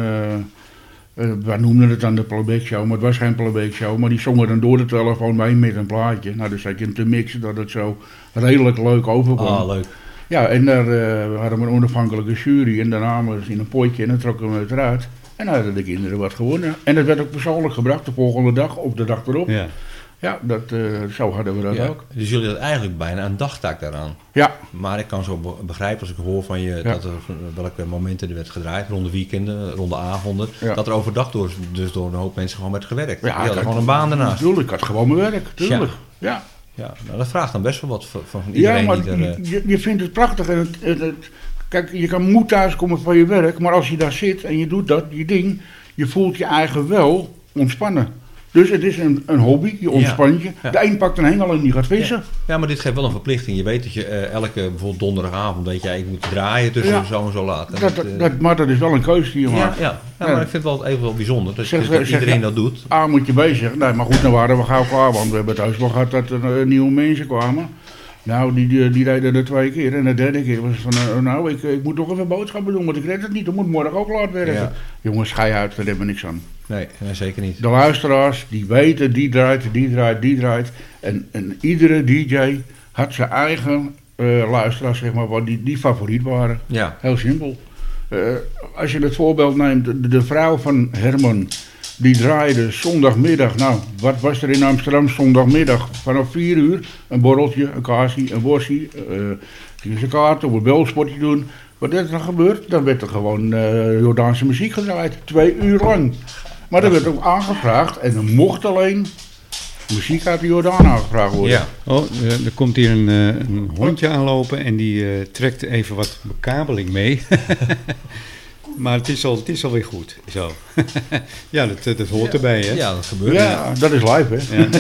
uh, uh, wij noemden het dan de playback show, maar het was geen playback show, maar die zongen dan door de telefoon mee met een plaatje. Nou, dus zat je hem te mixen dat het zo redelijk leuk overkwam. Ah, leuk. Ja, en daar uh, hadden we een onafhankelijke jury en daarna namen we ze in een potje en dan trokken we het eruit. En dan hadden de kinderen wat gewonnen. En dat werd ook persoonlijk gebracht de volgende dag of de dag erop. Ja, Ja. dat, uh, zo hadden we dat Ja. ook. Dus jullie hadden eigenlijk bijna een dagtaak daaraan. Ja, Maar ik kan zo be- begrijpen als ik hoor van je Ja. dat er welke momenten er werd gedraaid, rond de weekenden, rond de avonden, Ja. dat er overdag door, dus door een hoop mensen gewoon werd gewerkt. Ja, Die hadden kijk, gewoon een baan daarnaast. Tuurlijk, ik had gewoon mijn werk, tuurlijk. Ja. Ja, nou, dat vraagt dan best wel wat van, van iedereen Ja, maar die er... eh, je, je vindt het prachtig. En het, het, het- kijk, je kan moe thuiskomen van je werk, maar als je daar zit en je doet dat, je ding, je voelt je eigen wel ontspannen. Dus het is een, een hobby, je ontspant je. Ja. De een pakt een hengel en die gaat vissen. Ja. ja, maar dit geeft wel een verplichting. Je weet dat je eh, elke bijvoorbeeld donderdagavond weet jij, ik moet draaien tussen Ja. zo en zo laat. En Dat, dat, dat, eh, dat, maar dat is wel een keuze die je ja, maakt. ja. ja, Ja. maar ik vind het wel even wel bijzonder dat, Zeg- dat zeg- iedereen ja. dat doet. A, moet je bezig. Nee, maar goed, dan waren we gauw klaar, want we hebben het thuis wel gehad dat er uh, nieuwe mensen kwamen. Nou, die, die, die deden er twee keer en de derde keer was van, uh, nou, ik, ik moet toch even boodschappen doen, want ik red het niet, dan moet morgen ook laat werken. Ja. Jongens, schei uit, daar hebben we niks aan. Nee, nee, zeker niet. De luisteraars, die weten, die draait, die draait, die draait. En, en iedere D J had zijn eigen uh, luisteraars, zeg maar, wat die, die favoriet waren. Ja, Heel simpel. Uh, als je het voorbeeld neemt, de, de vrouw van Herman, die draaide zondagmiddag, nou, wat was er in Amsterdam zondagmiddag? Vanaf vier uur, een borreltje, een kaasie, een worstje, uh, ging ze kaart of een belspotje doen. Wat is er gebeurd? Dan werd er gewoon uh, Jordaanse muziek gedraaid, twee uur lang. Maar er werd ook aangevraagd en er mocht alleen muziek uit de Jordaan aangevraagd worden. ja. Oh, er, er komt hier een, uh, een hondje aanlopen en die uh, trekt even wat bekabeling mee. Maar het is, al, het is alweer goed. Zo. Ja, dat, dat hoort erbij, hè? ja, dat gebeurt. Ja, dat is live, hè? Ja.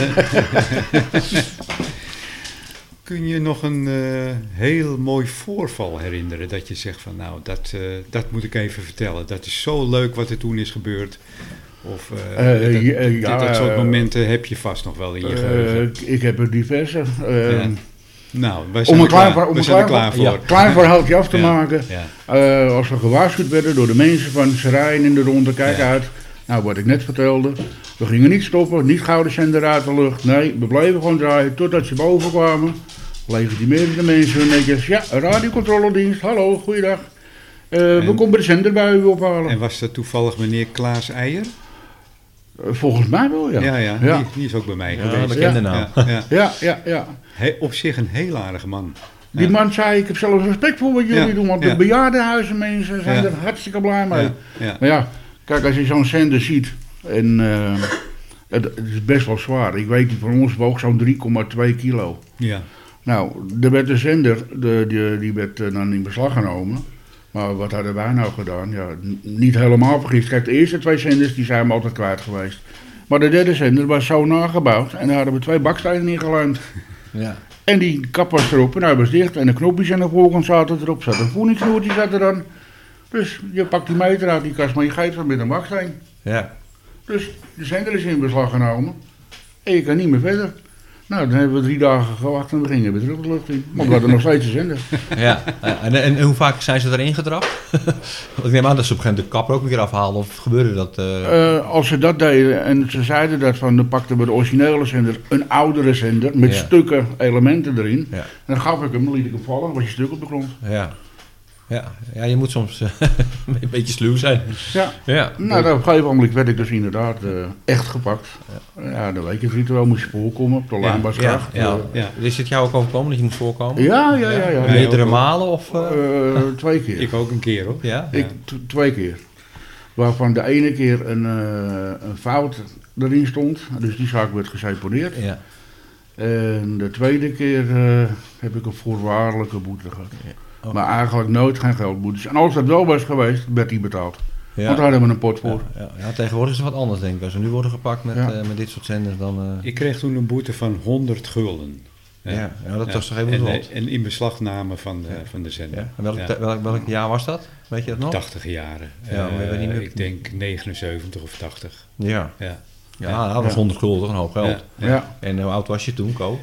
Kun je nog een uh, heel mooi voorval herinneren dat je zegt van nou, dat, uh, dat moet ik even vertellen. Dat is zo leuk wat er toen is gebeurd. Of uh, Uh, dat, ja, ja, dat soort uh, momenten heb je vast nog wel in je geheugen. Uh, ik, ik heb er diverse. Uh, Ja. Nou, wij zijn om er een klein, klaar, om we een zijn er klein, klaar voor. ja, klein verhaaltje af te Ja. maken. Ja. Uh, als we gewaarschuwd werden door de mensen van ze rijden in de ronde, kijk Ja. uit. Nou, wat ik net vertelde. We gingen niet stoppen, niet gouden zender uit de lucht. Nee, we bleven gewoon draaien totdat ze boven kwamen. Legitimeerden de mensen hun netjes. Ja, radiocontroledienst, hallo, goeiedag. Uh, we En- komen de zender bij u ophalen. En was dat toevallig meneer Klaas Eijer? Uh, volgens mij wel, ja. Ja, ja, Ja. Die, die is ook bij mij Ja, geweest. bekende Ja. naam. Ja, ja. Ja, ja, ja. He, op zich een heel aardige man. Die Ja. man zei, ik heb zelfs respect voor wat jullie Ja, doen, want ja. de bejaardenhuizen mensen zijn Ja. er hartstikke blij mee. Ja, ja. Maar ja, kijk, als je zo'n zender ziet, en uh, het, het is best wel zwaar. Ik weet, die van ons woog zo'n drie komma twee kilo. Ja. Nou, er werd de zender, de, die, die werd uh, dan in beslag genomen. Maar wat hadden wij nou gedaan? Ja, n- niet helemaal vergist. Kijk, de eerste twee zenders, die zijn we altijd kwijt geweest. Maar de derde zender was zo nagebouwd en daar hadden we twee bakstenen in geluimd. Ja. En die kap was erop en hij was dicht en de knopjes aan de voorkant zaten erop. Zat een voedingssnoertje zat er dan. Dus je pakt die meter uit die kast, maar je geeft hem met een baksteen. Ja. Dus Dus de zender is in beslag genomen. En je kan niet meer verder. Nou, dan hebben we drie dagen gewacht en we gingen weer terug de lucht in. Maar we hadden nog steeds een zender. Ja, en, en hoe vaak zijn ze erin getrapt? Want ik neem aan dat ze op een gegeven moment de kapper ook een keer afhalen. Of gebeurde dat? Uh... Uh, als ze dat deden en ze zeiden dat van, dan pakten we de originele zender, een oudere zender, met Ja. stukken elementen erin. Ja. En dan gaf ik hem, dan liet ik hem vallen, dan was je stuk op de grond. Ja. Ja. ja, je moet soms uh, een beetje sluw zijn. Ja. Ja. Nou, op een gegeven moment werd ik dus inderdaad uh, echt gepakt. Ja, ja dan weet je het ritueel, moest je voorkomen op de Ja, Laanbaarsgracht. ja, ja. Ja. Is het jou ook overkomen dat je moet voorkomen? Ja, ja, ja. ja. Meerdere ook. malen? Of, uh... Uh, twee keer. Ik ook een keer hoor. Ja? Ik, t- twee keer. Waarvan de ene keer een, uh, een fout erin stond, dus die zaak werd geseponeerd. Ja. En de tweede keer uh, heb ik een voorwaardelijke boete gehad. Ja. Oh. Maar eigenlijk nooit geen geldboetes. En als dat wel was geweest, werd die betaald. Ja. Want daar hadden we een pot voor. Ja, ja. ja, tegenwoordig is het wat anders denk ik. Als we nu worden gepakt met, Ja. uh, met dit soort zenders dan... Uh... Ik kreeg toen een boete van honderd gulden. Ja, ja, dat Ja. was toch en, even wat. en inbeslagname van de, Ja. van de zender. Ja. En welk, Ja. te- welk, welk jaar was dat? Weet je dat nog? tachtig jaren. Ja, maar we hebben niet Eh, meer- ik denk negenenzeventig of tachtig. Ja. Ja. Ja, Ja. dat was Ja. honderd gulden, toch een hoop geld. Ja. Ja. Ja. En hoe oud was je toen, Ko?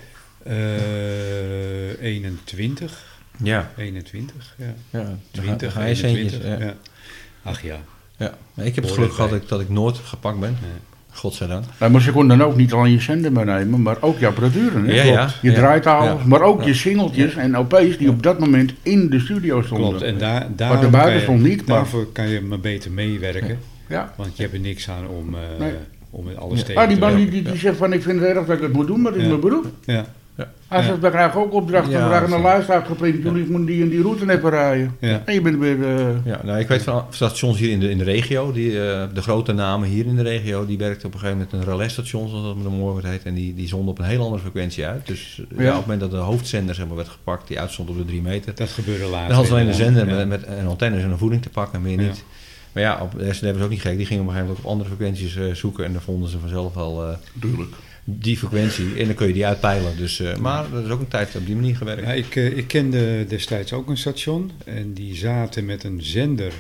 Eh, eenentwintig. Ja. eenentwintig, ja. Ja, twintig, ga je centjes. eenentwintig. Ja. Ja. Ach ja. Ja. Nee, ik heb het Hoor geluk gehad erbij. dat ik, dat ik nooit gepakt ben. Nee. Godzijdank. Nou, maar ze konden dan ook niet alleen je zender meenemen, maar ook je apparaturen. Hè? Ja, ja. Je Ja. draaitafels, Ja. maar ook Ja. je singeltjes en O P's die op dat moment in de studio stonden. Klopt. En daar, Wat daarom er buiten kan je- stond niet, maar- daarvoor kan je maar beter meewerken. Ja. Want je hebt er niks aan om, uh, Nee. om alles Ja. tegen Ah, die te man die, werken. die, die zegt van ik vind het erg dat ik het moet doen, maar het is Ja. mijn beroep. Ja. Hij Ja. zegt, we krijgen ook opdrachten, Ja, we krijgen een zo. lijst uitgeprint, jullie moeten die en die route even rijden. Ja. En je bent weer... eh, Ja, nou, ik weet van stations hier in de, in de regio, die, uh, de grote namen hier in de regio, die werkten op een gegeven moment een relaisstation, zoals dat met een mooi woord heet, en die, die zonden op een heel andere frequentie uit. Dus ja. Ja. op het moment dat de hoofdzender zeg maar, werd gepakt, die uitstond op de drie meter, Dat gebeurde later. dan hadden ze alleen de zender Ja. met, met een antennes en een voeding te pakken en meer Ja. niet. Maar ja, op de S N hebben ze ook niet gek, die gingen op een gegeven moment ook op andere frequenties uh, zoeken en dan vonden ze vanzelf wel uh, Tuurlijk. die frequentie en dan kun je die uitpeilen. Dus, uh, maar dat is ook een tijd op die manier gewerkt. Ja, ik, uh, ik kende destijds ook een station en die zaten met een zender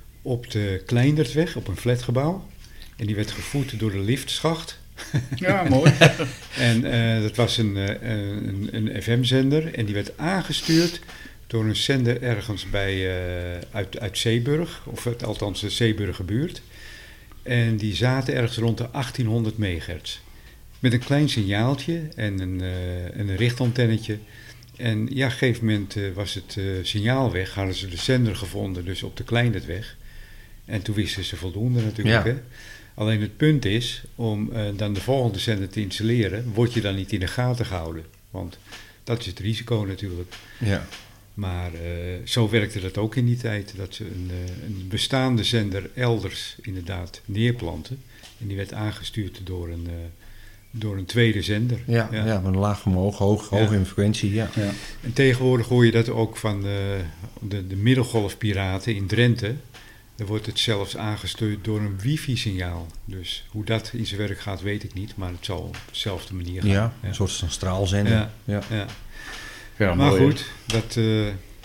op de Kleindertweg, op een flatgebouw. En die werd gevoed door de liftschacht. Ja, mooi. En uh, dat was een, uh, een, een F M-zender en die werd aangestuurd door een zender ergens bij, uh, uit, uit Zeeburg, of het, althans de Zeeburger buurt. En die zaten ergens rond de achttienhonderd megahertz. Met een klein signaaltje en een, uh, een richtantennetje. En ja, op een gegeven moment uh, was het uh, signaal weg, hadden ze de zender gevonden, dus op de Kleindertweg. En toen wisten ze voldoende natuurlijk. Ja. Hè? Alleen het punt is, om uh, dan de volgende zender te installeren, word je dan niet in de gaten gehouden. Want dat is het risico natuurlijk. Ja. Maar uh, zo werkte dat ook in die tijd, dat ze een, uh, een bestaande zender elders inderdaad neerplanten. En die werd aangestuurd door een, uh, door een tweede zender. Ja, ja. ja, met een laag vermogen, hoog, hoog Ja. in frequentie, ja. Ja. En tegenwoordig hoor je dat ook van de, de, de middelgolfpiraten in Drenthe. Dan wordt het zelfs aangestuurd door een wifi-signaal. Dus hoe dat in zijn werk gaat, weet ik niet. Maar het zal op dezelfde manier gaan. Ja, een soort van straalzender. Ja. Ja. Ja. Ja, Maar mooi, goed, dat, uh,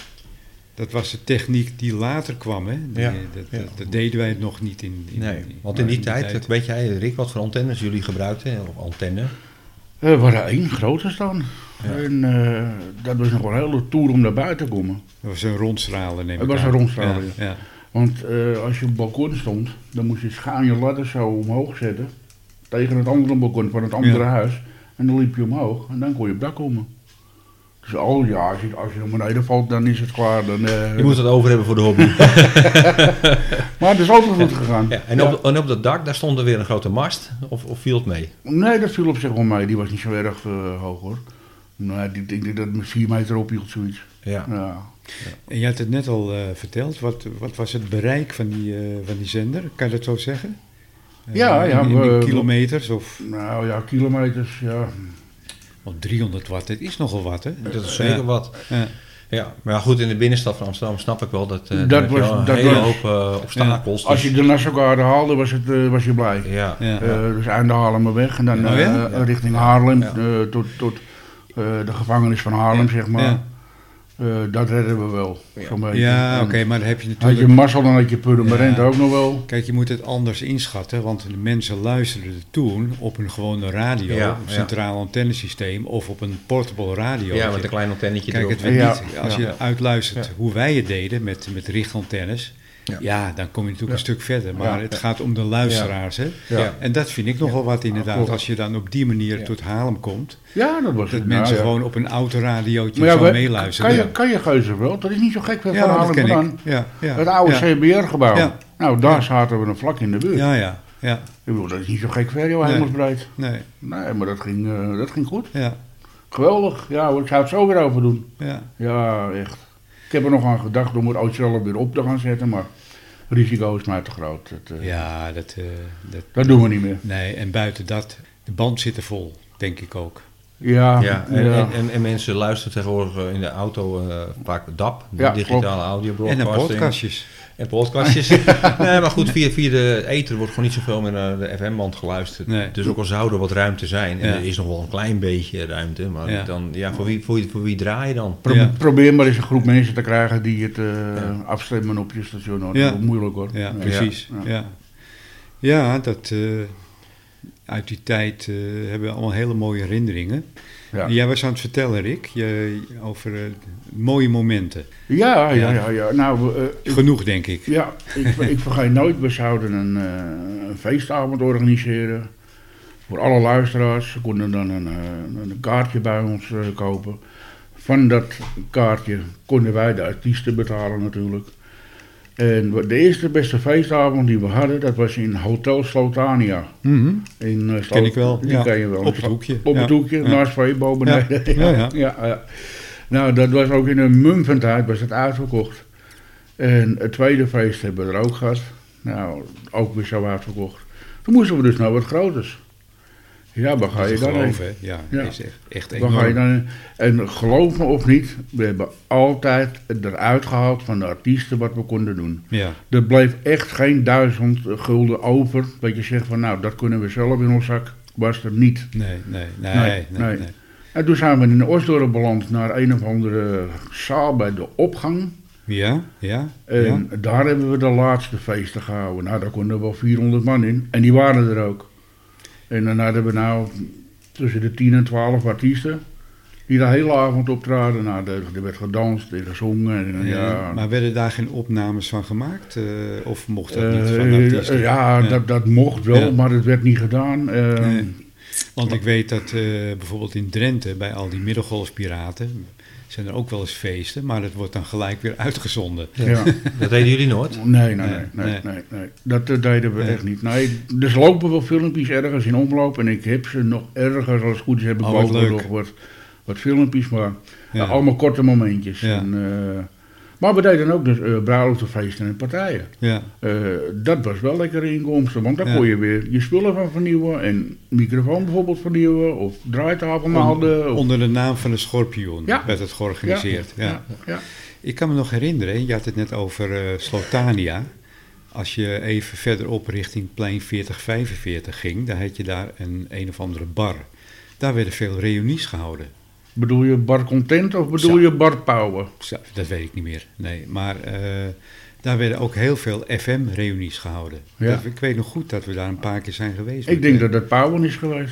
dat was de techniek die later kwam. Hè? Die, Ja, dat, ja. dat, dat deden wij nog niet in, in Nee, in- want in die, in tijd, weet jij Rick, wat voor antennes jullie gebruikten? Of antenne? hè. Er waren één grote staan. Ja. En uh, dat was nog wel een hele tour om naar buiten te komen. Dat was een rondstraler, neem ik Het was aan. een rondstraler, Ja, ja. Want uh, als je op het balkon stond, dan moest je schuin je ladder zo omhoog zetten. Tegen het andere balkon van het andere Ja. huis. En dan liep je omhoog en dan kon je op het dak komen. Dus al ja, als je, als je naar beneden valt, dan is het klaar. Dan, uh, Je moet het over hebben voor de hobby. Maar het is altijd goed gegaan. Ja, en, op, en op dat dak, daar stond er weer een grote mast? Of, of viel het mee? Nee, dat viel op zich wel mee. Die was niet zo erg uh, hoog hoor. Nee, die- ik denk dat het met vier meter ophield, zoiets. Ja. Ja. En je had het net al uh, verteld. Wat, wat was het bereik van die, uh, van die zender? Kan je dat zo zeggen? Uh, Ja, ja, In, in we- de kilometers of... Nou ja, kilometers, ja. Want driehonderd watt, dat is nogal wat, hè? Dat is zeker Ja. wat. Ja. Ja, maar ja, goed, in de binnenstad van Amsterdam snap ik wel dat, uh, Dat dan heb je was- wel een dat hele was- hoop uh, obstakels. Als je dus- de Nassaugarde haalde, was, het, uh, was je blij. ja, Ja. Uh, dus einde Haarlemmerweg en dan Oh, ja? uh, richting Haarlem, Ja. uh, tot, tot uh, de gevangenis van Haarlem, Ja. zeg maar. Ja. Uh, dat redden we wel. Ja, ja oké, okay, maar dan heb je natuurlijk... natuurlijk... Had je mazzel, dan had je Purmerend ja. ook nog wel. Kijk, je moet het anders inschatten, want de mensen luisterden toen op een gewone radio, ja, centraal ja. antennesysteem, of op een portable radio. Ja, met een klein antennetje Kijk, erop. het werd ja. niet, als je ja. uitluistert ja. hoe wij het deden met, met richtantennes, ja. ja, dan kom je natuurlijk ja. een stuk verder. Maar ja. het gaat om de luisteraars, hè. Ja. En dat vind ik nogal wat inderdaad, als je dan op die manier ja. tot Haarlem komt. Ja, dat was Dat het. mensen nou, ja. gewoon op een autoradiootje ja, zo we, meeluisteren. Kan je, kan je Geuze wel? Dat is niet zo gek veel ja, van Haarlem vandaan. Ja, ja, het oude ja. C B R-gebouw. Ja. Nou, daar ja. zaten we een vlak in de buurt. Ja, ja, ja. Ik bedoel, dat is niet zo gek ver, joh, nee. hemelsbreed. Nee. Nee, maar dat ging, uh, dat ging goed. Ja. Geweldig. Ja, ik zou het zo weer over doen. Ja. Ja, echt. Ik heb er nog aan gedacht om het ooit zelf weer op te gaan zetten, maar... risico is mij te groot. Dat, uh, ja, dat, uh, dat... dat doen we niet meer. Nee, en buiten dat, de band zit er vol, denk ik ook. Ja, ja, en, ja. En, en, en mensen luisteren tegenwoordig in de auto uh, vaak D A P, ja, digitale audio broadcasting. En de podcastjes. En podcastjes. nee, maar goed, via, via de ether wordt gewoon niet zoveel meer naar de F M-band geluisterd. Nee. Dus ook al zou er wat ruimte zijn, en ja. er is nog wel een klein beetje ruimte, maar ja. dan, ja, voor, wie, voor, voor wie draai je dan? Pro- ja. Probeer maar eens een groep mensen te krijgen die het uh, ja. afstemmen op je station. Dat ja. is wel moeilijk hoor. Ja, ja. precies. Ja, ja. ja dat, uh, uit die tijd uh, hebben we allemaal hele mooie herinneringen. Ja. Jij was aan het vertellen, Rick, je, over uh, mooie momenten. Ja, ja, ja. ja. Nou, uh, genoeg, ik, denk ik. Ja, ik, ik vergeet nooit, we zouden een, uh, een feestavond organiseren. Voor alle luisteraars. Ze konden dan een, uh, een kaartje bij ons uh, kopen. Van dat kaartje konden wij de artiesten betalen natuurlijk. En de eerste beste feestavond die we hadden, dat was in Hotel Slotania. Mm-hmm. In uh, Sloot, ken ik wel. Die ja. ken je wel. Op het hoekje. Op ja. het hoekje, ja. naast Veebo beneden. Ja. Ja, ja. ja, ja. Nou, dat was ook in een mumventijd, was het uitverkocht. En het tweede feest hebben we er ook gehad. Nou, ook weer zo uitverkocht. Toen moesten we dus naar wat groters. Ja, waar ga je dan heen? Ja, ja. Is echt, echt waar ga je dan heen? En geloof me of niet, we hebben altijd eruit gehaald van de artiesten wat we konden doen. Ja. Er bleef echt geen duizend gulden over. Dat je zegt van nou, dat kunnen we zelf in ons zak. Was er niet. Nee, nee, nee. nee, nee, nee. nee. En toen zijn we in Osdorp beland naar een of andere zaal bij de opgang. Ja, ja. En ja. daar hebben we de laatste feesten gehouden. Nou, daar konden wel vierhonderd man in. En die waren er ook. En dan hadden we nou tussen de tien en twaalf artiesten die de hele avond optraden. Nou, er werd gedanst en gezongen. En, ja, ja. Maar werden daar geen opnames van gemaakt? Uh, of mocht dat niet uh, van de artiesten? Uh, ja, ja. Dat, dat mocht wel, ja. maar het werd niet gedaan. Uh, nee. Want ik weet dat uh, bijvoorbeeld in Drenthe, bij al die middelgolfspiraten, zijn er ook wel eens feesten, maar dat wordt dan gelijk weer uitgezonden. Ja. Dat deden jullie nooit? Nee, nee, nee. nee, nee. nee, nee. Dat uh, deden we nee. echt niet. Nee, dus lopen wel filmpjes ergens in omloop en ik heb ze nog ergens, als het goed is, heb ik oh, boven nog wat, wat filmpjes, maar ja. Ja, allemaal korte momentjes. Ja. En, uh, maar we deden ook dus uh, bruiloftenfeesten en partijen. Ja. Uh, dat was wel lekkere inkomsten, want dan ja. kon je weer je spullen van vernieuwen en microfoon bijvoorbeeld vernieuwen of draaitafel naalden. Of... Onder de naam van de Schorpioen ja. werd het georganiseerd. Ja. Ja. Ja. Ja. Ik kan me nog herinneren, je had het net over uh, Slotania. Als je even verderop richting plein veertig vijfenveertig ging, dan had je daar een een of andere bar. Daar werden veel reunies gehouden. Bedoel je Bar Content of bedoel Zo. je Bar Power? Zo, dat weet ik niet meer, nee. Maar uh, daar werden ook heel veel F M-reunies gehouden. Ja. Dat, ik weet nog goed dat we daar een paar keer zijn geweest. Ik denk dat dat Powell is geweest.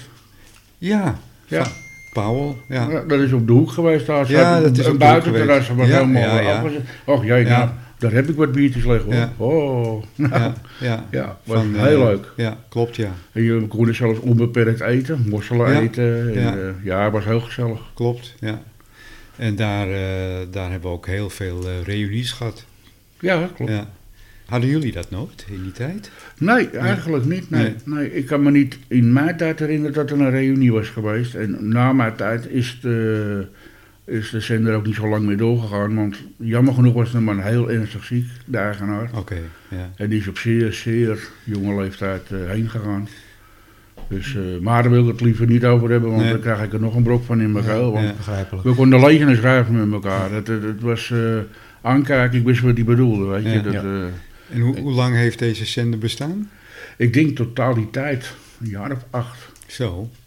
Ja, ja. Powell, ja. ja. Dat is op de hoek geweest. Daar ja, dat is een buitenterras was ja, helemaal ja, ja. afgezet. Och jee, ja. nou, daar heb ik wat biertjes liggen hoor. Ja. Oh, nou, ja, ja. ja, was Van, heel uh, leuk. Ja, klopt ja. En je kon zelfs onbeperkt eten, mosselen ja. eten. En, ja. Uh, ja, het was heel gezellig. Klopt, ja. En daar, uh, daar hebben we ook heel veel uh, reunies gehad. Ja, klopt. Ja. Hadden jullie dat nooit in die tijd? Nee, eigenlijk nee. niet. Nee. Nee. nee, ik kan me niet in mijn tijd herinneren dat er een reunie was geweest. En na mijn tijd is de, is de zender ook niet zo lang meer doorgegaan. Want jammer genoeg was de man heel ernstig ziek, de eigenaar. Oké, okay, ja. En die is op zeer, zeer jonge leeftijd uh, heen gegaan. Dus, uh, maar daar wil ik het liever niet over hebben, want nee. dan krijg ik er nog een brok van in mijn keel. Want ja, begrijpelijk. We konden lezen en schrijven met elkaar. Het, het, het was uh, aankijken, ik wist wat hij bedoelde, weet je. Ja, dat, ja. uh, en hoe, hoe lang heeft deze zender bestaan? Ik denk totaliteit, een jaar of acht. Zo.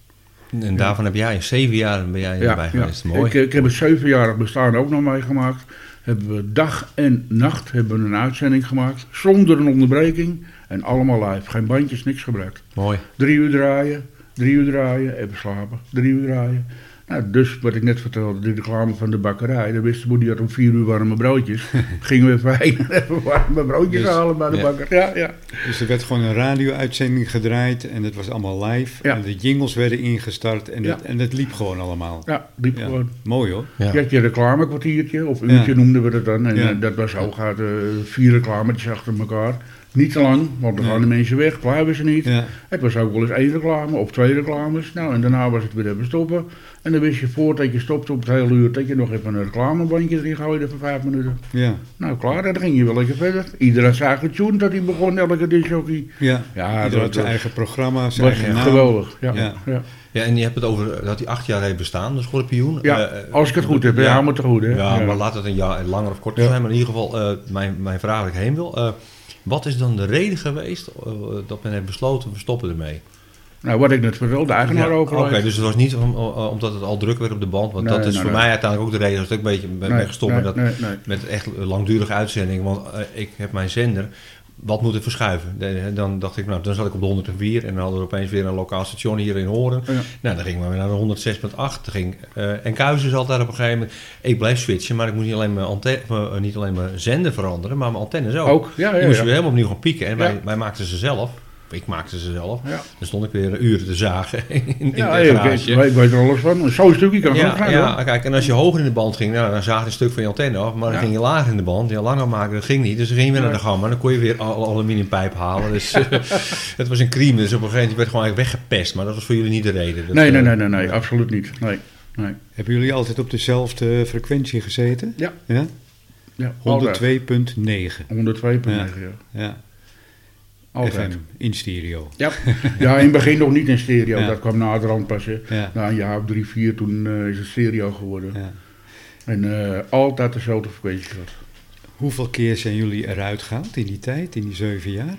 En daarvan heb jij, zeven jaar ben jij erbij geweest. Ja. Mooi. Ik, ik heb het zevenjarig bestaan ook nog meegemaakt. Hebben we dag en nacht hebben we een uitzending gemaakt. Zonder een onderbreking. En allemaal live. Geen bandjes, niks gebruikt. Mooi. Drie uur draaien, drie uur draaien, even slapen. Drie uur draaien. Nou, dus wat ik net vertelde, die reclame van de bakkerij. De wist moeder die had om vier uur warme broodjes. Gingen we even heen en even warme broodjes Dus, halen bij de ja. bakker. Ja, ja. Dus er werd gewoon een radio-uitzending gedraaid en het was allemaal live. Ja. En de jingles werden ingestart en, Ja. het, en het liep gewoon allemaal. Ja, liep Ja. gewoon. Mooi hoor. Ja. Je had je reclamekwartiertje, of uurtje Ja. noemden we dat dan. En Ja. eh, dat was hooguit uh, vier reclametjes achter elkaar. Niet te lang, want dan Nee. gaan de mensen weg, klaar hebben ze niet. Ja. Het was ook wel eens één reclame of twee reclames. Nou, en daarna was het weer even stoppen. En dan wist je voordat je stopte op het hele uur dat je nog even een reclamebandje erin gooide voor vijf minuten. Ja. Nou, klaar, dan ging je wel lekker verder. Iedereen zei getune dat hij begon, elke disjockey. Ja. Ja, Ieder dat had zijn was- eigen programma, zijn Was eigen naam. geweldig. Ja, Ja. ja. Ja, en je hebt het over dat hij acht jaar heeft bestaan, de Schorpioen. Ja, Eh, als ik het goed heb, ja, hou me te goed. Hè? Ja, maar laat het een jaar langer of korter Ja. zijn. Maar in ieder geval, eh, mijn, mijn vraag waar ik heen wil. eh, wat is dan de reden geweest eh, dat men heeft besloten, we stoppen ermee? Nou, wat ik net vertelde, de eigenaar Ja, overleed. Oké, dus het was niet om, om- omdat het al druk werd op de band. Want Nee, dat is nee, voor nee. mij uiteindelijk ook de reden dat ik een beetje ben, Nee, ben gestopt nee, met, dat, nee, nee. met echt langdurige uitzendingen. Want eh, ik heb mijn zender wat moeten verschuiven. De- dan dacht ik, nou, dan zat ik op de honderd vier en dan hadden we opeens weer een lokaal station hier in Horen. Ja. Nou, dan gingen we weer naar de honderd zes komma acht. Dan ging uh, Enkhuizen zat daar op een gegeven moment. Ik bleef switchen, maar ik moest niet alleen mijn, antenne, uh, niet alleen mijn zender veranderen, maar mijn antennes ook. Ook, ja, ja, Die moesten ja. weer helemaal opnieuw gaan pieken. En wij, Ja. wij maakten ze zelf. Ik maakte ze zelf. Ja. Dan stond ik weer uren te zagen in, in Ja, de ik, garage. ik, ik weet er alles van. Zo'n stukje kan Ja, goed gaan. ja, hoor. kijk, en als je hoger in de band ging, nou, dan zaag je een stuk van je antenne af. Maar dan Ja. ging je lager in de band, ja, langer maken, dat ging niet. Dus dan ging je weer Nee. naar de gamma. Dan kon je weer al aluminiumpijp halen. Dus eh, het was een crime. Dus op een gegeven moment werd gewoon eigenlijk weggepest. Maar dat was voor jullie niet de reden. Dat, Nee, nee, eh, nee, nee, nee, absoluut niet. Nee, nee. Hebben jullie altijd op dezelfde frequentie gezeten? Ja. Ja? Ja, honderdtwee komma negen. honderdtwee komma negen, ja. Ja. Altijd. F M in stereo. Ja. ja, in het begin nog niet in stereo. Ja. Dat kwam naderhand pas. hè. Ja. Na een jaar of drie, vier, toen eh, is het stereo geworden. Ja. En eh, altijd dezelfde frequentie gehad. Hoeveel keer zijn jullie eruit gehaald in die tijd, in die zeven jaar?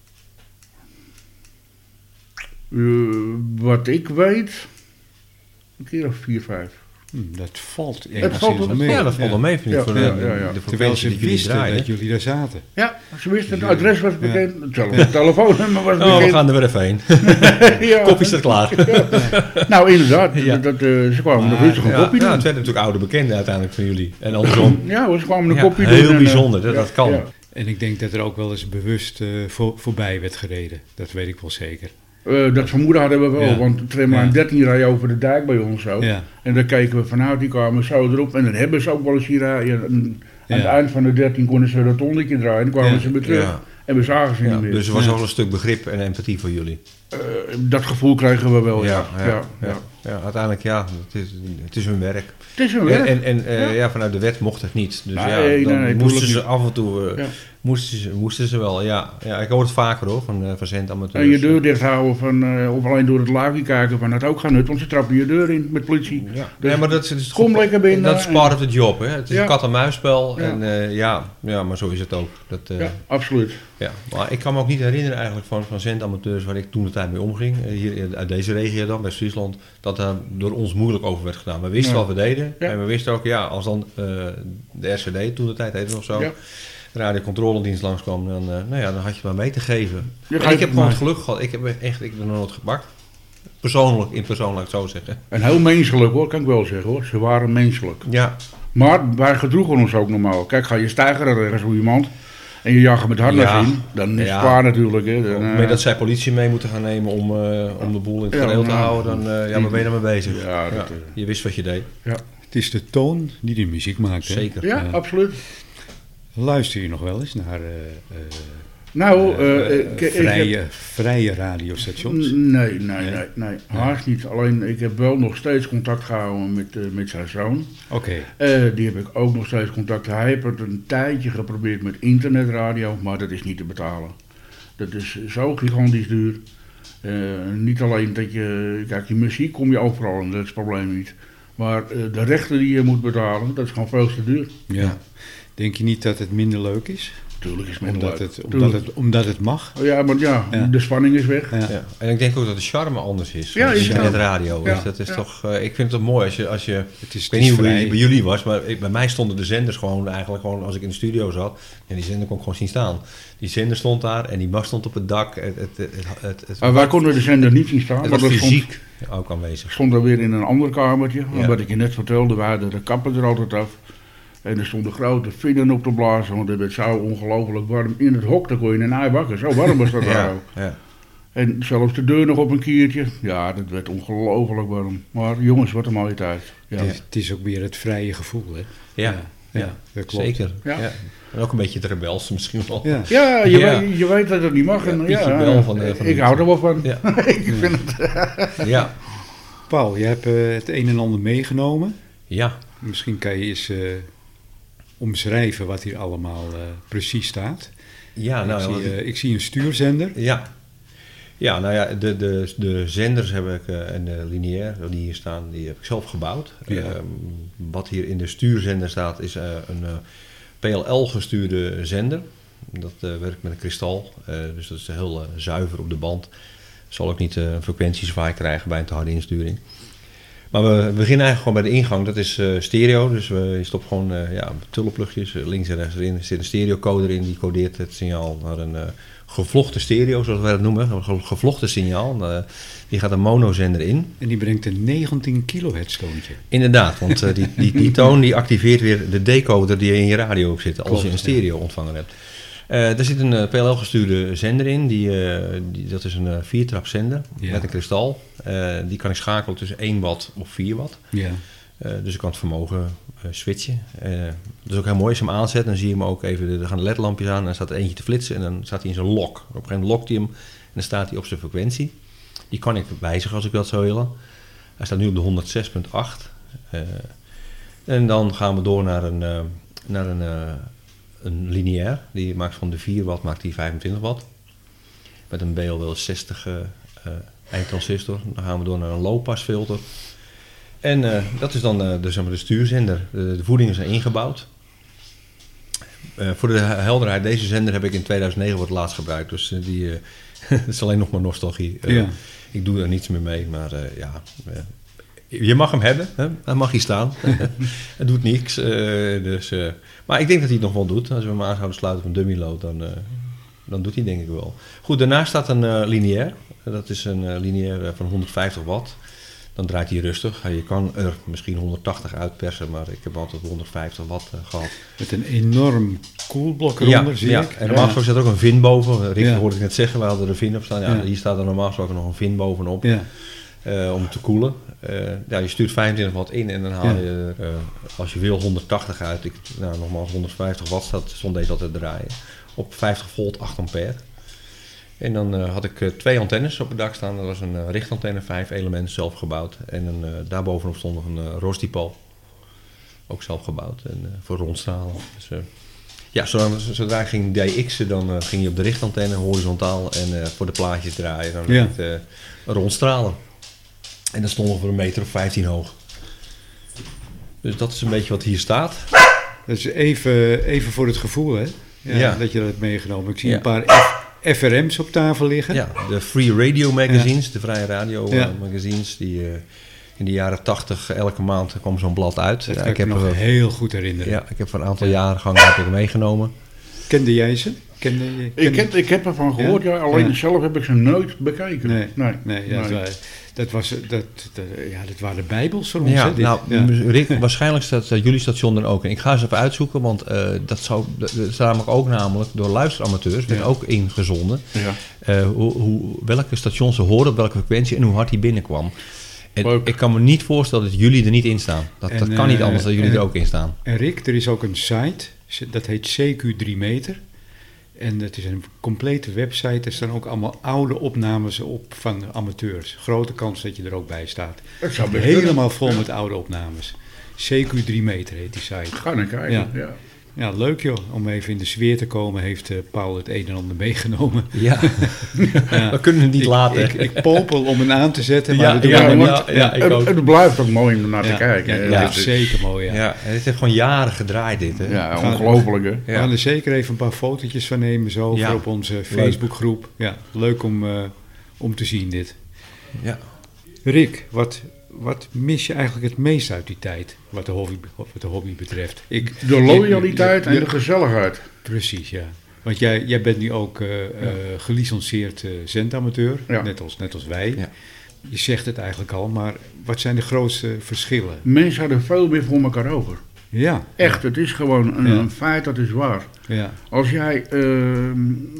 Uh, wat ik weet, een keer of vier, vijf. Hm, dat valt valt enigszins wel- wel mee. Ja, dat valt wel mee, vind ik. Ja, voor de, ja, ja, ja. de Terwijl frequentie ze die jullie wisten draaien. dat jullie daar zaten. Ja, ze wisten, het Ja. adres was bekend. Hetzelfde telefoonnummer was Oh, we bekend. gaan er weer even heen. ja. Koffie staat klaar. Nou, inderdaad. Ja. Dat, eh, ze kwamen nog Maar, rustig een Ja, kopje ja, doen. het werden natuurlijk oude bekenden uiteindelijk van jullie. En andersom. Ja, hoor, ze kwamen een Ja, kopje doen. heel en, eh, bijzonder dat dat kan. En ik denk dat er ook wel eens bewust eh, voor, voorbij werd gereden. Dat weet ik wel zeker. Eh, dat vermoeden hadden we wel, Ja. want de tramlijn Ja. dertien rij over de dijk bij ons zo. Ja. En dan keken we vanuit, die kwamen zo erop. En dan hebben ze ook wel eens hier rijden. En aan Ja. het eind van de dertien konden ze een rotondetje draaien. En dan kwamen Ja. ze weer terug. Ja. En we zagen ze Ja, niet meer. dus er was Ja. ook een stuk begrip en empathie voor jullie. Eh, dat gevoel kregen we wel, ja. ja, ja, ja, ja. ja, uiteindelijk ja, het is, het is hun werk. Het is een En, werk. en, en eh, Ja. ja, vanuit de wet mocht het niet. Dus Nee, ja, nee, dan nee, moesten tuurlijk ze niet. af en toe, eh, Ja. moesten, ze, moesten ze wel, ja. ja. Ik hoor het vaker hoor, van, uh, van zendamateurs. En je deur dicht houden van, eh, of alleen door het luikje kijken van, dat ook gaan nut, want ze trappen je deur in met politie. Ja, Dus nee, maar dat is, dat is kom goed- lekker binnen Dat is en- part of the job, hè. Het is Ja. een kat-en-muisspel. Ja. En uh, ja, ja, maar zo is het ook. Dat, uh, Ja, absoluut. ja. Maar ik kan me ook niet herinneren eigenlijk van, van zendamateurs waar ik toen de tijd mee omging. uh, Hier in- uit deze regio dan, bij Friesland. Dat daar door ons moeilijk over werd gedaan. We wisten Ja. wat we deden. Ja. En we wisten ook, ja, als dan uh, de R C D toen de tijd heette het nog zo. Ja. De radiocontroledienst langskwam, dan, uh, nou ja, dan had je maar mee te geven. Je En gaat- ik heb gewoon maar- het geluk gehad. Ik heb echt, ik ben nog nooit gebakt. Persoonlijk, in persoon laat ik het zo zeggen. En heel menselijk hoor, kan ik wel zeggen hoor. Ze waren menselijk. Ja, Maar wij gedroegen ons ook normaal. Kijk, ga je stijgeren ergens voor iemand en je jaagt met harnas Ja. in, dan is Ja. het klaar natuurlijk. Hè. Dan, Met eh, dat zij politie mee moeten gaan nemen om, uh, om de boel in het Ja, gareel te nou, houden, dan uh, ja, maar ben je daarmee bezig. Ja, dat, uh, je wist wat je deed. ja. Het is de toon die de muziek maakt. Hè? Zeker. ja, Ja. absoluut. Luister je nog wel eens naar eh, eh, Nou, eh, eh, ik, ik vrije, heb- vrije radiostations? Nee, nee, Nee? nee, nee, haast niet. Alleen ik heb wel nog steeds contact gehouden met, eh, met zijn zoon. Oké. Eh, die heb ik ook nog steeds contact. Hij heeft het een tijdje geprobeerd met internetradio, maar dat is niet te betalen. Dat is zo gigantisch duur. Eh, niet alleen dat je, kijk, je muziek kom je overal en dat is het probleem niet. Maar eh, de rechten die je moet betalen, dat is gewoon veel te duur. Ja. Denk je niet dat het minder leuk is? Tuurlijk is het minder Omdat leuk. het, omdat, Tuurlijk. het, omdat het mag? Ja, maar ja, Ja. de spanning is weg. Ja. Ja. En ik denk ook dat de charme anders is. Ja, van is internet het. radio. Ja. Dus dat is Ja. toch, uh, ik vind het toch mooi als je, als je Het is, ik weet niet hoe vrij. het bij jullie was, maar ik, bij mij stonden de zenders gewoon eigenlijk gewoon als ik in de studio zat. En die zender kon ik gewoon zien staan. Die zender stond daar en die mast stond op het dak. Het, het, het, het, het, Maar wij konden de zender niet zien staan. het want was dat stond, fysiek ook aanwezig. stond er weer in een ander kamertje. Ja. Wat ik je net vertelde, we hadden de kappen er altijd af. En er stonden grote vinnen op te blazen, want het werd zo ongelooflijk warm. In het hok, daar kon je een ei wakker. Zo warm was dat daar Ja, ook. ja. En zelfs de deur nog op een kiertje. Ja, dat werd ongelooflijk warm. Maar jongens, wat een mooie tijd. Ja, Het, is, het is ook weer het vrije gevoel, hè? Ja, ja, ja, dat klopt. zeker. Ja. Ja. En ook een beetje het rebelse misschien wel. Ja. ja, je, Ja. Weet, je weet dat het niet mag. En, Ja, ja, Pietje Bel van de- van de- ik hou er wel van. Ja. ik vind het... Ja. Paul, je hebt uh, het een en ander meegenomen. Ja. Misschien kan je eens uh, omschrijven wat hier allemaal uh, precies staat. Ja, nou, ik, ja, zie, wat- uh, ik zie een stuurzender. Ja. Ja, nou ja, de, de, de zenders heb ik uh, en de lineair die hier staan, die heb ik zelf gebouwd. Ja. Uh, wat hier in de stuurzender staat is uh, een uh, P L L gestuurde zender. Dat uh, werkt met een kristal, uh, dus dat is heel uh, zuiver op de band. Zal ook niet uh, een frequentiezwaai krijgen bij een te harde insturing. Maar we, we beginnen eigenlijk gewoon bij de ingang, dat is uh, stereo. Dus we, je stopt gewoon uh, ja, tullenplugjes, uh, links en rechts erin. Er zit een stereocoder in, die codeert het signaal naar een uh, gevlochten stereo, zoals wij dat noemen. Een ge- gevlochten signaal, uh, die gaat een monozender in. En die brengt een negentien kilohertz toontje. Inderdaad, want uh, die, die, die toon die activeert weer de decoder die in je radio op zit, als Klopt, je een stereo ontvanger hebt. Uh, er zit een uh, P L L-gestuurde zender in, die, uh, die, dat is een uh, viertrapzender Ja. met een kristal. Uh, die kan ik schakelen tussen één watt of vier watt. Ja. Uh, dus ik kan het vermogen uh, switchen. Uh, dat is ook heel mooi als je hem aanzet. Dan zie je hem ook even, er gaan de ledlampjes aan en dan staat er eentje te flitsen en dan staat hij in zijn lock. Op een gegeven moment lokt hij hem en dan staat hij op zijn frequentie. Die kan ik wijzigen als ik dat zou willen. Hij staat nu op de honderdzes komma acht. Uh, en dan gaan we door naar een, uh, naar een, uh, een lineair. Die maakt van de vier watt maakt die vijfentwintig watt. Met een B L W zestig uh, uh, eindtransistor. Dan gaan we door naar een low-pass filter. En uh, dat is dan uh, de, zeg maar, de stuurzender. De, de voedingen zijn ingebouwd. Uh, voor de helderheid, deze zender heb ik in tweeduizend negen voor het laatst gebruikt. Dus uh, die, uh, dat is alleen nog maar nostalgie. Uh, Ja. Ik doe er niets meer mee, maar uh, ja... Uh, je mag hem hebben, hè? Hij mag hier staan. Het doet niks. Uh, dus, uh, maar ik denk dat hij het nog wel doet. Als we hem aan zouden sluiten op een dummy load, dan, uh, dan doet hij denk ik wel. Goed, daarnaast staat een uh, lineair. Dat is een uh, lineair uh, van honderdvijftig watt. Dan draait hij rustig. Je kan er misschien honderdtachtig uitpersen, maar ik heb altijd honderdvijftig watt uh, gehad. Met een enorm koelblok eronder, ja, zie ja. ik. En normaal gesproken staat er ook een vin boven. Rick Ja. hoorde ik net zeggen, we hadden er een vin op staan. Ja, Ja. Hier staat er normaal gesproken nog een vin bovenop. Ja. Uh, om te koelen. Uh, ja, je stuurt vijfentwintig watt in en dan haal Ja. je er, uh, als je wil, honderdtachtig uit. Ik, nou, nogmaals, honderdvijftig watt staat, stond deze altijd te draaien. Op vijftig volt, acht ampère. En dan uh, had ik uh, twee antennes op het dak staan. Dat was een uh, richtantenne, vijf elementen, zelf gebouwd. En een, uh, daarbovenop stond nog een uh, Rosdipal. Ook zelf gebouwd. En, uh, voor rondstralen. Dus, uh, ja, zodra, zodra ik ging D X'en, dan uh, ging je op de richtantenne horizontaal. En uh, voor de plaatjes draaien, dan Ja. werd het uh, rondstralen. En dat stond ongeveer een meter of vijftien hoog. Dus dat is een beetje wat hier staat. Dat is even, even voor het gevoel, hè? Ja, Ja. Dat je dat hebt meegenomen. Ik zie Ja. een paar F- F R M's op tafel liggen. Ja, de Free Radio magazines, de vrije radio Ja. uh, magazines. Die uh, in de jaren tachtig elke maand kwam zo'n blad uit. Dat Ja, kan ik me nog er- heel goed herinneren. ja, ik heb voor een aantal jaren gang heb ik meegenomen. Kende jij ze? Kende, je- Ik kende- heb, ik heb ervan gehoord, ja, alleen Ja. zelf heb ik ze nooit bekeken. Nee, nee, nee, ja, nee. Dat, wa- dat, was, dat, dat, ja, dat waren bijbels voor ons. Ja, hè, dit. nou, Ja. Rick, waarschijnlijk staat uh, jullie station er ook in. Ik ga ze even uitzoeken, want uh, dat zou, dat is namelijk ook namelijk door luisteramateurs, werd Ja. ook ingezonden. Ja. Uh, hoe, hoe, welke stations ze horen, op welke frequentie en hoe hard die binnenkwam. En Leuk. ik kan me niet voorstellen dat jullie er niet in staan. Dat, En, dat kan niet uh, anders dat jullie en- er ook in staan. En Rick, er is ook een site, dat heet C Q drie meter. En het is een complete website. Er staan ook allemaal oude opnames op van amateurs. Grote kans dat je er ook bij staat. Dat zou best Helemaal kunnen. vol Ja. met oude opnames. C Q drie meter heet die site. Ga naar kijken, Ja. ja. Ja, leuk joh. Om even in de sfeer te komen heeft uh, Paul het een en ander meegenomen. Ja, ja. we kunnen het niet ik, laten. Ik, ik popel om hem aan te zetten, maar Ja, dat doen ja, we niet. want ja, ja, ik het, ook. het blijft ook mooi om naar Ja, te kijken. ja, hè. ja, Het is- zeker mooi. Ja. Ja, en het heeft gewoon jaren gedraaid dit. Hè? Ja, Gaan- ongelooflijk hè. We Ja. gaan er zeker even een paar fotootjes van nemen zo Ja. voor op onze Facebookgroep. Ja, leuk om, uh, om te zien dit. Ja. Rick, wat, wat mis je eigenlijk het meest uit die tijd, wat de hobby, wat de hobby betreft? Ik, De loyaliteit je- je- en de gezelligheid. Precies, ja. Want jij, jij bent nu ook uh, uh, gelicenseerd uh, zendamateur, Ja. net, als, net als wij. Ja. Je zegt het eigenlijk al, maar wat zijn de grootste verschillen? Mensen hadden veel meer voor elkaar over. Ja, Echt, het is gewoon een, Ja. een feit, dat is waar. ja, Als jij, ehm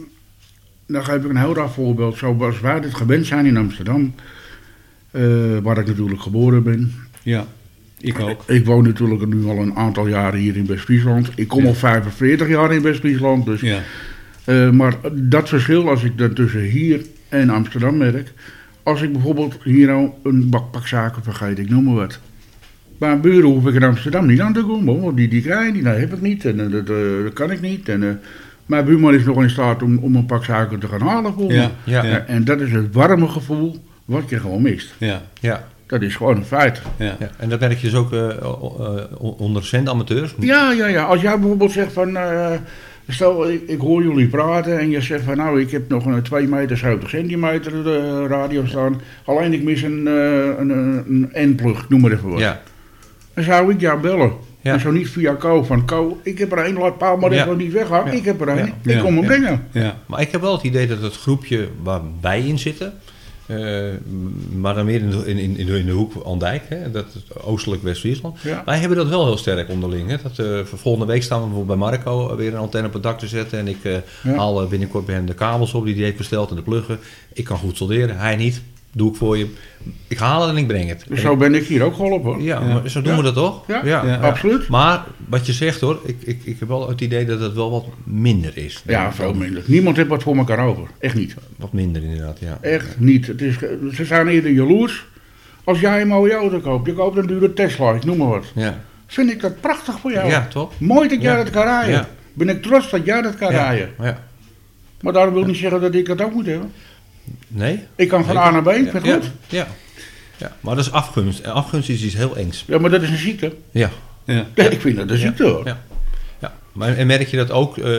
dan geef ik een heel raar voorbeeld, zoals wij dit gewend zijn in Amsterdam, eh, waar ik natuurlijk geboren ben. ja. Ik ook. Ik woon natuurlijk nu al een aantal jaren hier in West-Friesland. Ik kom Ja. al vijfenveertig jaar in West-Friesland, dus Ja, Eh, maar dat verschil, als ik dat tussen hier en Amsterdam merk, als ik bijvoorbeeld hier nou een bakpak zaken vergeet, ik noem maar wat. Bij een buren hoef ik in Amsterdam niet aan te komen, want die, die krijgen die, dat heb ik niet en eh, dat, eh, dat kan ik niet. En, uh, mijn buurman is nog in staat om, om een pak zaken te gaan halen voor me. ja, Ja. ja, ja, En dat is het warme gevoel wat je gewoon mist. ja, Ja. Dat is gewoon een feit. ja. Ja. En dat merk je dus ook uh, uh, onder zendamateurs? Ja, ja, ja. Als jij bijvoorbeeld zegt van, uh, stel ik, ik hoor jullie praten en je zegt van nou ik heb nog een twee meter zeventig centimeter uh, radio staan. Alleen ik mis een, uh, een, een, een N-plug, noem maar even wat. Ja. Dan zou ik jou bellen. Ja. En zo niet via Co van Co, ik heb er één, laat Paul maar Ja. even niet weggaan. Ja. Ik heb er één, Ja. ik Ja. kom hem Ja. brengen. ja. Maar ik heb wel het idee dat het groepje waar wij in zitten, uh, maar dan meer in de, in, in, in de, in de hoek Andijk, hè, dat is oostelijk West-Friesland. Ja. Wij hebben dat wel heel sterk onderling. Hè. Dat, uh, volgende week staan we bijvoorbeeld bij Marco weer een antenne op het dak te zetten. En ik uh, Ja. haal uh, binnenkort bij hem de kabels op die hij heeft besteld en de pluggen. Ik kan goed solderen, hij niet. Doe ik voor je. Ik haal het en ik breng het. Dus zo ben ik hier ook geholpen. hoor. Ja, Ja. maar zo doen Ja. we dat toch? Ja, Ja. absoluut. Maar wat je zegt hoor, ik, ik, ik heb wel het idee dat het wel wat minder is. Ja, veel minder. Niemand heeft wat voor elkaar over. Echt niet. Wat minder inderdaad, ja. Echt niet. Het is, ze zijn eerder jaloers. Als jij een mooie auto koopt, je koopt een dure Tesla, ik noem maar wat. Ja, Vind ik dat prachtig voor jou. ja toch? Mooi dat jij Ja. dat kan rijden. Ja. Ben ik trots dat jij dat kan Ja. rijden. Ja. Maar daarom wil niet zeggen dat ik dat ook moet hebben. Nee? Ik kan van Nee. A naar B, Ja. vind ik Ja. goed. Ja. Ja, maar dat is afgunst. En afgunst is iets heel engs. Ja, maar dat is een ziekte. Ja. ja. Ja, ik vind dat een ziekte hoor. Ja. Ja. Maar en merk je dat ook uh,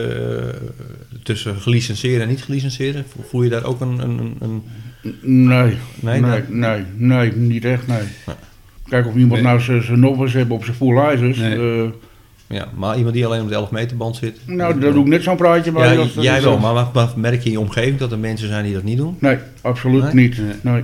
tussen gelicenseerd en niet gelicenseerd? Voel je daar ook een... een, een, een... Nee, Nee, nee, nee. nee, nee, niet echt, nee. Nee. Kijk of iemand Nee. nou zijn zijn novice heeft op zijn full licence. Nee. eh, Ja, maar iemand die alleen op de elf meter band zit? nou, daar doe ik net zo'n praatje bij. Ja, als dat jij is, wel, eh, maar, maar, maar merk je in je omgeving dat er mensen zijn die dat niet doen? Nee, absoluut Nee? niet. Nee. Nee.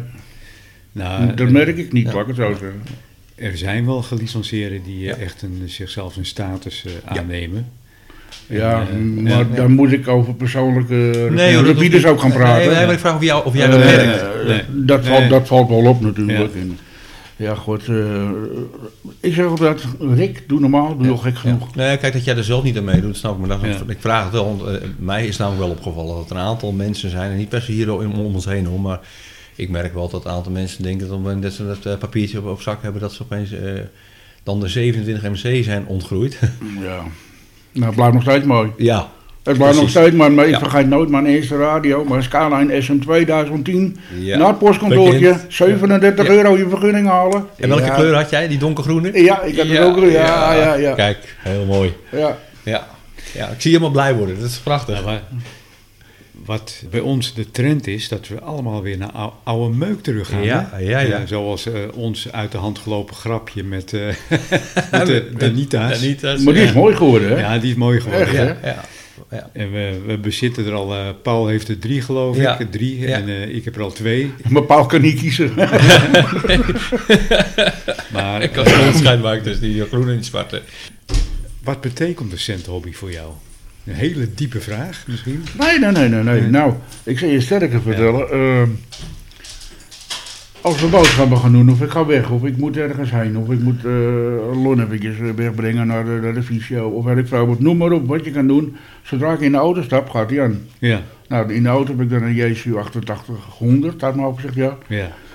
Nou, Dat merk ik niet, Ja. laat ik het zo zeggen. er zijn wel gelicenseerden die uh, Ja. echt een, zichzelf een status uh, Ja. aannemen. Ja, En, uh, m- maar ja. dan moet ik over persoonlijke Nee, hoor, dat gebieden hoeft ook gaan niet. praten. Nee, nee, maar ik vraag of, jou, of jij Eh, dat nee, merkt. Eh, nee. dat, valt, Nee. dat valt wel op natuurlijk. Ja. En, ja, goed. eh, ik zeg altijd, Rick, doe normaal, doe Ja. al gek genoeg. Nee, kijk dat jij er zelf niet aan meedoet, snap ik. Maar dat, Ja. ik vraag het wel, want uh, mij is namelijk wel opgevallen dat er een aantal mensen zijn, en niet per se hier om, om ons heen hoor, maar ik merk wel dat een aantal mensen denken dat op- dat ze dat uh, papiertje op, op zak hebben, dat ze opeens uh, dan de zevenentwintig M C zijn ontgroeid. Ja. Nou, het blijft nog steeds mooi. ja, Het blijft nog Precies. steeds, maar, maar ik Ja. vergeet nooit mijn eerste radio, maar Skyline S M tweeduizend tien. Ja. Naar het postkantoortje, Bekend. zevenendertig Ja. euro je vergunning halen. en welke Ja. kleur had jij? Die donkergroene? Ja, ik had het ook. Ja, ja, ja. Kijk, heel mooi. ja. Ja. ja, ik zie je helemaal blij worden, dat is prachtig. Ja, maar wat bij ons de trend is, dat we allemaal weer naar ou- oude meuk terug gaan. Ja, hè? ja, ja. zoals uh, ons uit de hand gelopen grapje met, uh, met de Danita's. Danita's, Maar die is ja. mooi geworden, hè? Ja, die is mooi geworden. Echt, ja. hè? Ja, ja. En we, we bezitten er al, uh, Paul heeft er drie geloof Ja. ik, drie. Ja. En uh, ik heb er al twee. Maar Paul kan niet kiezen. Maar Ik kan het onderscheid maken tussen die groene en die zwarte. wat betekent de centhobby voor jou? Een hele diepe vraag misschien. Nee, nee, nee, nee, nee. Nee. Nou, ik zal je sterker vertellen. eh, als we boodschappen gaan doen, of ik ga weg, of ik moet ergens heen, of ik moet uh, Lon eventjes wegbrengen naar de, naar de fysio, of weet ik veel wat, noem maar op, wat je kan doen. Zodra ik in de auto stap, gaat hij aan. Ja, Nou, in de auto heb ik dan een J C U achtentachtig honderd, uit mijn hoofd gezegd, ja. ja,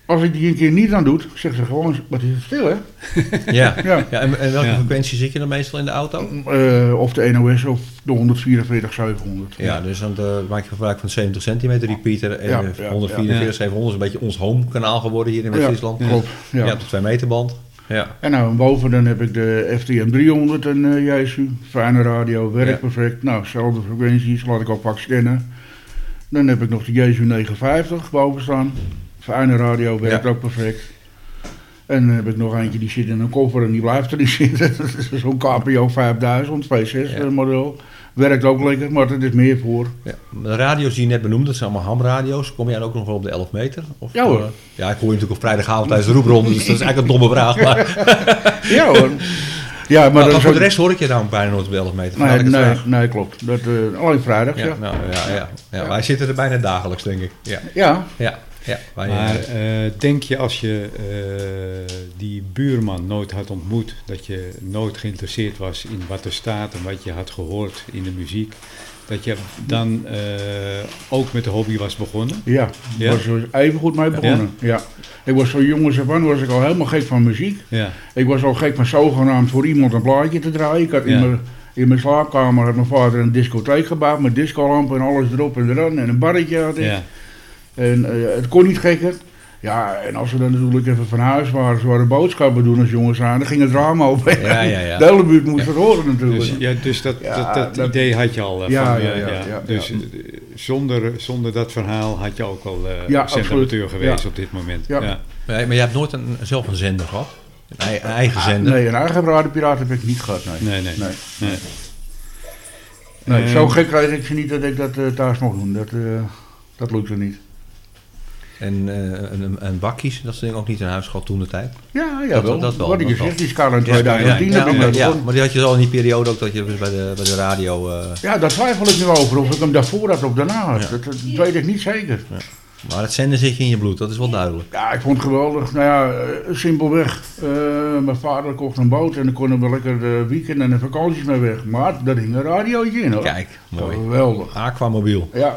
Als ik die een keer niet aan doe, zeggen ze gewoon, wat is het stil, hè? Ja. Ja. Ja, en, en welke Ja. frequentie zit je dan meestal in de auto? Uh, of de N O S of de honderdvierenveertig zevenhonderd. Ja, dus dan uh, maak je gebruik van zeventig centimeter repeater. En Ja, uh, ja, honderdvierenveertig ja. zevenhonderd is een beetje ons home kanaal geworden hier in West-Friesland. Ja, klopt. Ja. Ja, op de twee meter band. Ja. En nou, boven dan heb ik de F T M driehonderd en uh, J S U. Fijne radio, werkt Ja. perfect. Nou, dezelfde frequenties, laat ik al pak scannen. Dan heb ik nog de J S U negenenvijftig boven staan. Fijne radio, werkt Ja. ook perfect. En dan heb ik nog eentje die zit in een koffer en die blijft erin zitten. Dat is zo'n Caprio vijfduizend, V zes Ja. model. Werkt ook lekker, maar er is meer voor. Ja. De radio's die je net benoemde, dat zijn allemaal hamradio's. Kom jij dan ook nog wel op de elf meter? Of, Ja, hoor. uh, ja, ik hoor je natuurlijk op vrijdagavond tijdens de roepronde, dus dat is eigenlijk een domme vraag. Maar, Ja hoor. Ja, maar, maar, dat maar is voor ook- de rest hoor ik je dan bijna nooit op de elf meter. Nee, Vandaar dat ik het nee, vraag. nee, klopt. Dat, uh, alleen vrijdag, ja. Ja, Ja, nou, ja, ja, ja. Ja. Wij zitten er bijna dagelijks, denk ik. Ja, ja. ja, ja. Wij, Maar eh, eh, denk je als je eh, die buurman nooit had ontmoet, dat je nooit geïnteresseerd was in wat er staat en wat je had gehoord in de muziek, dat je dan eh, ook met de hobby was begonnen? Ja, Ja? was er even goed mee begonnen. Ja. Ik was zo jongens af aan was ik al helemaal gek van muziek. Ja, Ik was al gek van zogenaamd voor iemand een plaatje te draaien. Ik had Ja. in, mijn, in mijn slaapkamer had mijn vader een discotheek gebouwd met discolampen en alles erop en eraan en een barretje had ik. ja, En uh, het kon niet gekker. Ja, en als we dan natuurlijk even van huis waren, ze waren boodschappen doen als jongens aan, dan ging het raam open. Ja, ja, ja. De hele buurt moest het horen natuurlijk. dus, ja, dus dat, Ja, dat, dat dat- idee had je al. eh, Ja, van, ja, eh, ja, ja, Dus ja. eh, zonder, zonder dat verhaal had je ook al eh Ja, zendamateur absoluut. geweest Ja. op dit moment. Ja. Ja. maar, maar je hebt nooit een, zelf een zender gehad? Een, ei- een eigen zender? Nee, een eigen radiopiraat heb ik niet gehad, nee. Nee, nee. Nee. nee. Nee, Eh, zo gek kreeg ik ze niet dat ik dat uh, thuis mocht doen. Dat, uh, dat lukte niet. En uh, een, een bakkies, dat is denk ik ook niet in huis gehad toen de tijd? Ja, ja Dat- wel. dat wel, Wat ik dat je wel. zegt, die Scala in Ja, tweeduizend tien ja, heb ik ja, dat ja, begonnen. maar die had je al in die periode ook dat je dus bij de, bij de radio... Uh, Ja, daar twijfel ik nu over of ik hem daarvoor had of daarna had. Ja. Dat, dat weet ik niet zeker. maar het zenden zit je in je bloed, dat is wel duidelijk. Ja, ik vond het geweldig. Nou ja, uh, simpelweg. Uh, mijn vader kocht een boot en dan konden we lekker uh, weekend en vakanties mee weg. Maar daar hing een radiootje in hoor. Kijk, mooi. Geweldig. Aquamobiel. Ja.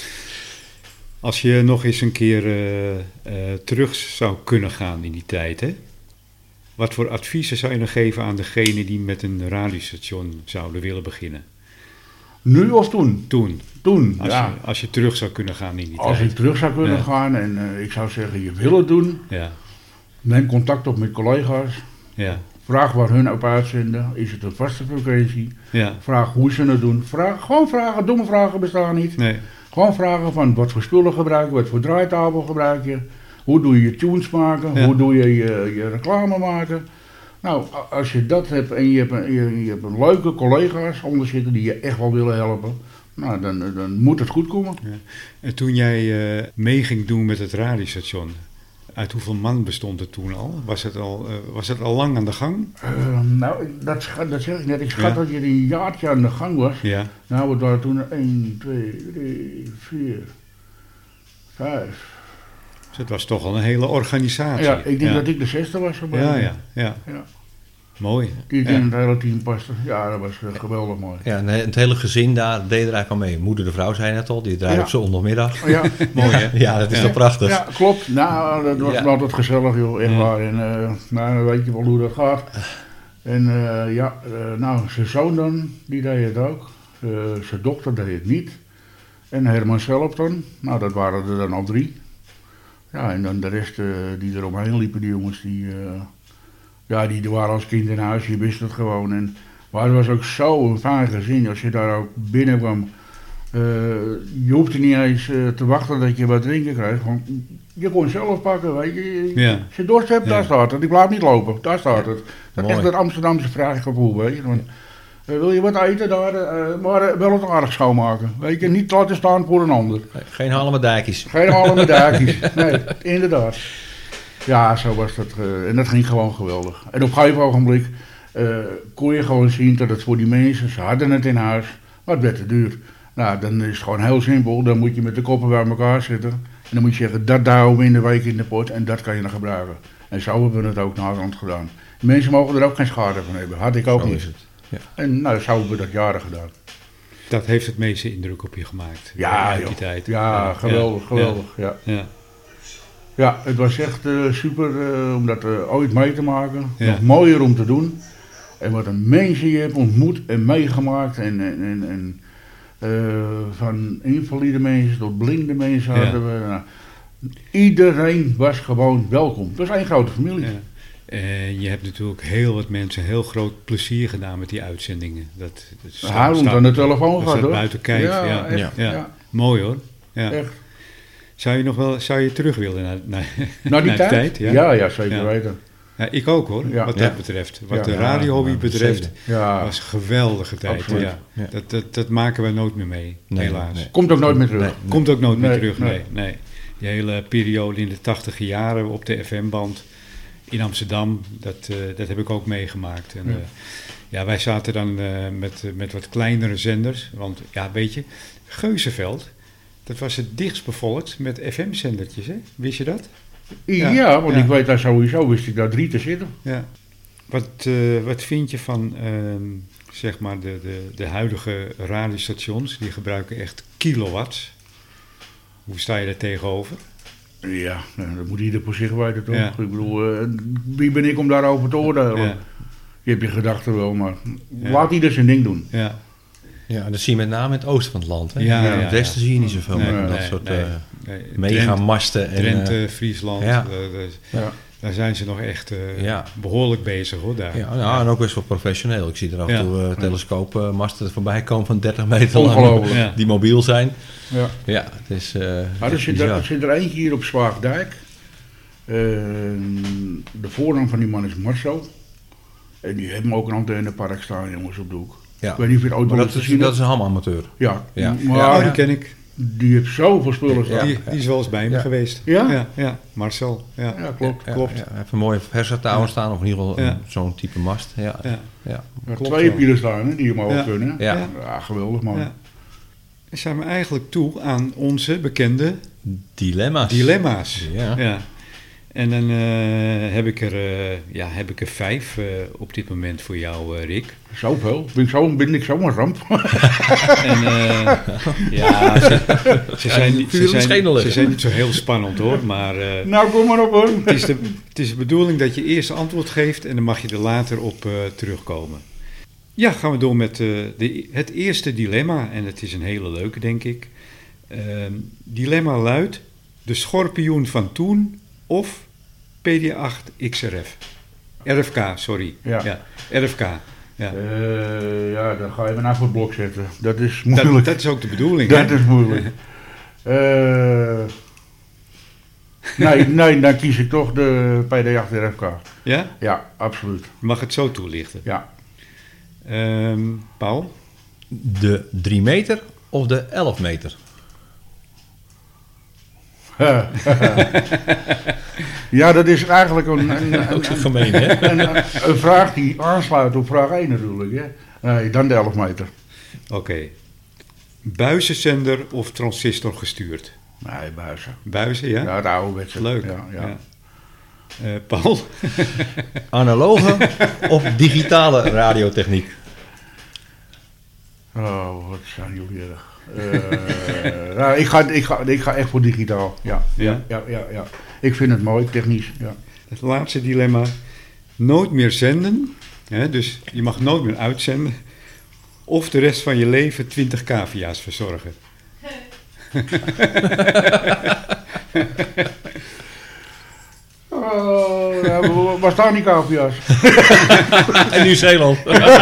Als je nog eens een keer eh, eh, terug zou kunnen gaan in die tijd, hè? Wat voor adviezen zou je dan geven aan degene die met een radiostation zouden willen beginnen? Nu of toen? Toen, Toen, als, ja. je, als je terug zou kunnen gaan in die Als tijd. ik terug zou kunnen Ja. gaan en uh, ik zou zeggen, je wil het doen. Ja, Neem contact op met collega's. ja, Vraag waar hun op uitzenden. Is het een vaste frequentie? ja. Vraag hoe ze het doen. Vraag, gewoon vragen, domme vragen bestaan niet. Nee, Gewoon vragen van wat voor spullen gebruik je, wat voor draaitafel gebruik je. Hoe doe je je tunes maken, Ja. hoe doe je, je je reclame maken. Nou, a- als je dat hebt en je hebt een, je, je hebt een leuke collega's onder zitten die je echt wel willen helpen. Nou, dan, dan moet het goed komen. en toen jij eh, mee ging doen met het radiostation, uit hoeveel man bestond het toen al? Was het al, eh, was het al lang aan de gang? Uh, nou, ik- dat, schat- dat zeg ik net. Ik schat Ja. dat je een jaartje aan de gang was. Ja, Nou, het waren toen één, twee, drie, vier, vijf. dus het was toch al een hele organisatie. Ja, ik denk ja. dat ik de zesde was. op een Ja, moment. ja, ja. Ja. Mooi. Die Ja. in het hele team paste. Ja, dat was uh, geweldig mooi. Ja, en het hele gezin daar deed er eigenlijk al mee. Moeder de vrouw zei net al, die draaide Ja. op zondagmiddag. Ja, Mooi, hè? Ja, dat is Ja. toch prachtig. ja, klopt. Nou, dat was Ja. altijd gezellig, joh. Echt Ja. waar. En uh, nou, dan weet je wel hoe dat gaat. En uh, ja, uh, nou, zijn zoon dan, die deed het ook. Uh, zijn dochter deed het niet. En Herman zelf dan. Nou, dat waren er dan al drie. Ja, en dan de rest uh, die eromheen liepen, die jongens, die, uh, ja, die waren als kind in huis, je wist het gewoon. En, maar het was ook zo'n fijn gezin, als je daar ook binnenkwam. Uh, je hoefde niet eens uh, te wachten dat je wat drinken kreeg. Want je kon zelf pakken, weet je. Ja. Als je dorst hebt, Ja. daar staat het. Ik blijf niet lopen, daar staat het. Dat is Mooi. echt het Amsterdamse vraaggevoel, weet je. Want, uh, wil je wat eten daar, uh, maar uh, wel het aardig schoonmaken. Weet je, niet laten staan voor een ander. Geen halen met dijkjes. Geen halen met daakjes. Nee, inderdaad. Ja, zo was dat. Uh, en dat ging gewoon geweldig. En op een gegeven ogenblik uh, kon je gewoon zien dat het voor die mensen, ze hadden het in huis, maar het werd te duur. Nou, dan is het gewoon heel simpel. Dan moet je met de koppen bij elkaar zitten. En dan moet je zeggen, dat douwen we in de week in de pot en dat kan je dan gebruiken. En zo hebben we het ook naderhand gedaan. De mensen mogen er ook geen schade van hebben. Had ik ook Zo niet. is het. Ja. En nou, zo hebben we dat jaren gedaan. Dat heeft het meeste indruk op je gemaakt. Ja, uit joh. die tijd. Ja, geweldig, Ja. geweldig. Ja. Ja. Ja, het was echt uh, super uh, om dat uh, ooit mee te maken. Ja. Nog mooier om te doen. En wat een mensen je hebt ontmoet en meegemaakt. En, en, en, en uh, van invalide mensen tot blinde mensen Ja. hadden we. Nou, iedereen was gewoon welkom. Het was één grote familie. Ja. En je hebt natuurlijk heel wat mensen heel groot plezier gedaan met die uitzendingen. Dat, dat staat- Harold staat- aan de telefoon dat gehad staat hoor. buiten kijf. Ja, Ja, ja. echt, Ja. Ja. ja. Mooi hoor. Ja. Echt. Zou je nog wel zou je terug willen naar, naar, Nou, die naar tijd? die tijd? Ja, ja, zeker Ja. weten. Ja, ik ook hoor, Ja. wat Ja. dat betreft. Wat Ja. de Ja, radiohobby ja, betreft, zeker. Ja, was een geweldige tijd. Absoluut. Ja. Ja. Dat, dat, dat maken we nooit meer mee, Nee, helaas. nee. komt ook nooit meer terug. Nee. Komt ook nooit meer Nee, terug, nee. nee. nee. Die hele periode in de tachtige jaren op de F M-band in Amsterdam, dat, uh, dat heb ik ook meegemaakt. En, Ja. uh, ja, wij zaten dan uh, met, uh, met wat kleinere zenders, want ja, weet je, Geuzenveld, dat was het dichtst bevolkt met F M-zendertjes, hè? Wist je dat? Ja, Ja. want Ja. ik weet daar sowieso, wist ik daar drie te zitten. Ja. Wat, uh, wat vind je van, ehm, zeg maar, de, de, de huidige radiostations? Die gebruiken echt kilowatts. Hoe sta je daar tegenover? Ja, nou, dat moet ieder voor zich weten toch? Ja. Ik bedoel, uh, wie ben ik om daarover te oordelen? Ja, Je hebt je gedachten wel, maar Ja. laat ieder zijn ding doen. ja. Ja, dat zie je met name in het oosten van het land. Hè? Ja, In ja, het westen ja. zie je niet zoveel Nee, meer van dat nee, soort nee, eh, nee. megamasten. En, Drenthe, eh, Drenthe, Friesland, ja. uh, dus Ja. daar zijn ze nog echt uh, Ja. behoorlijk bezig hoor daar. ja, ja, en ook best wel professioneel. Ik zie er af en Ja. toe uh, telescoopmasten voorbij komen van dertig meter lang. Ongelooflijk. Ja. Die mobiel zijn. Ja. Ja, het is uh, Maar er, zit er, bizar. er zit er eentje hier op Zwaagdijk. Uh, de voornaam van die man is Marcel. En die hebben ook een antennepark staan, jongens, op de hoek. Ja. Ik weet niet of je het ooit Maar wel dat eens is, gezien dat is hebt. een hamamateur. Ja, Ja. maar Ja, Oh, die ken ik. die heeft zoveel spullen staan. Die, die is wel eens bij me Ja. geweest. Ja? Ja, ja. Marcel. Ja. Ja, klopt. Ja, klopt. Ja, hij heeft een mooie Versa Tower staan, of in ieder geval Ja. een- zo'n type mast. Ja, ja. Ja. ja. Er Klopt twee wel. pielen staan hè, die omhoog Ja. kunnen. Ja. Ja. Ja, geweldig man. Ja. Dan zijn we eigenlijk toe aan onze bekende Dilemma's. dilemma's. Ja. Ja. En dan uh, heb, ik er, uh, ja, heb ik er vijf uh, op dit moment voor jou, uh, Rick. Zoveel. Ben ik, zo, ben ik zo'n ramp? En, uh, ja, ze, ze, zijn, niet- ze, vuur in zijn, schenen ze zijn niet zo heel spannend hoor, maar uh, Nou, kom maar op hoor. het, is de, het is de bedoeling dat je eerst antwoord geeft en dan mag je er later op uh, terugkomen. Ja, gaan we door met uh, de, het eerste dilemma en het is een hele leuke denk ik. Uh, dilemma luidt, de schorpioen van toen of P D acht X R F. R F K, sorry. Ja. Ja, R F K. Ja. Uh, ja, dan ga je me nou voor het blok zetten. Dat is Dat, moeilijk. dat is ook de bedoeling. Dat hè? is moeilijk. Uh, nee, nee, dan kies ik toch de P D acht R F K. Ja? Ja, absoluut. Je mag het zo toelichten. Ja. Um, Paul? De drie meter of de elf meter? Ja, dat is eigenlijk een, een, een, Ook zo een, gemeen, hè? een, een vraag die aansluit op vraag één natuurlijk. Hè? Nee, dan de elf meter. Oké. Okay. Buizenzender of transistor gestuurd? Nee, buizen. Buizen, ja? Ja, het ouderwetse. Leuk. Ja, ja. Ja. Uh, Paul? Analoge of digitale radiotechniek? Oh, wat zijn jullie erg. Uh, nou, ik, ga, ik, ga, ik ga echt voor digitaal. Ja, ja, ja, ja, ja. Ik vind het mooi, technisch. Ja. Het laatste dilemma. Nooit meer zenden. Hè, dus je mag nooit meer uitzenden. Of de rest van je leven twintig cavia's verzorgen. Oh, ja, waar staan die cavia's? In Nieuw-Zeeland.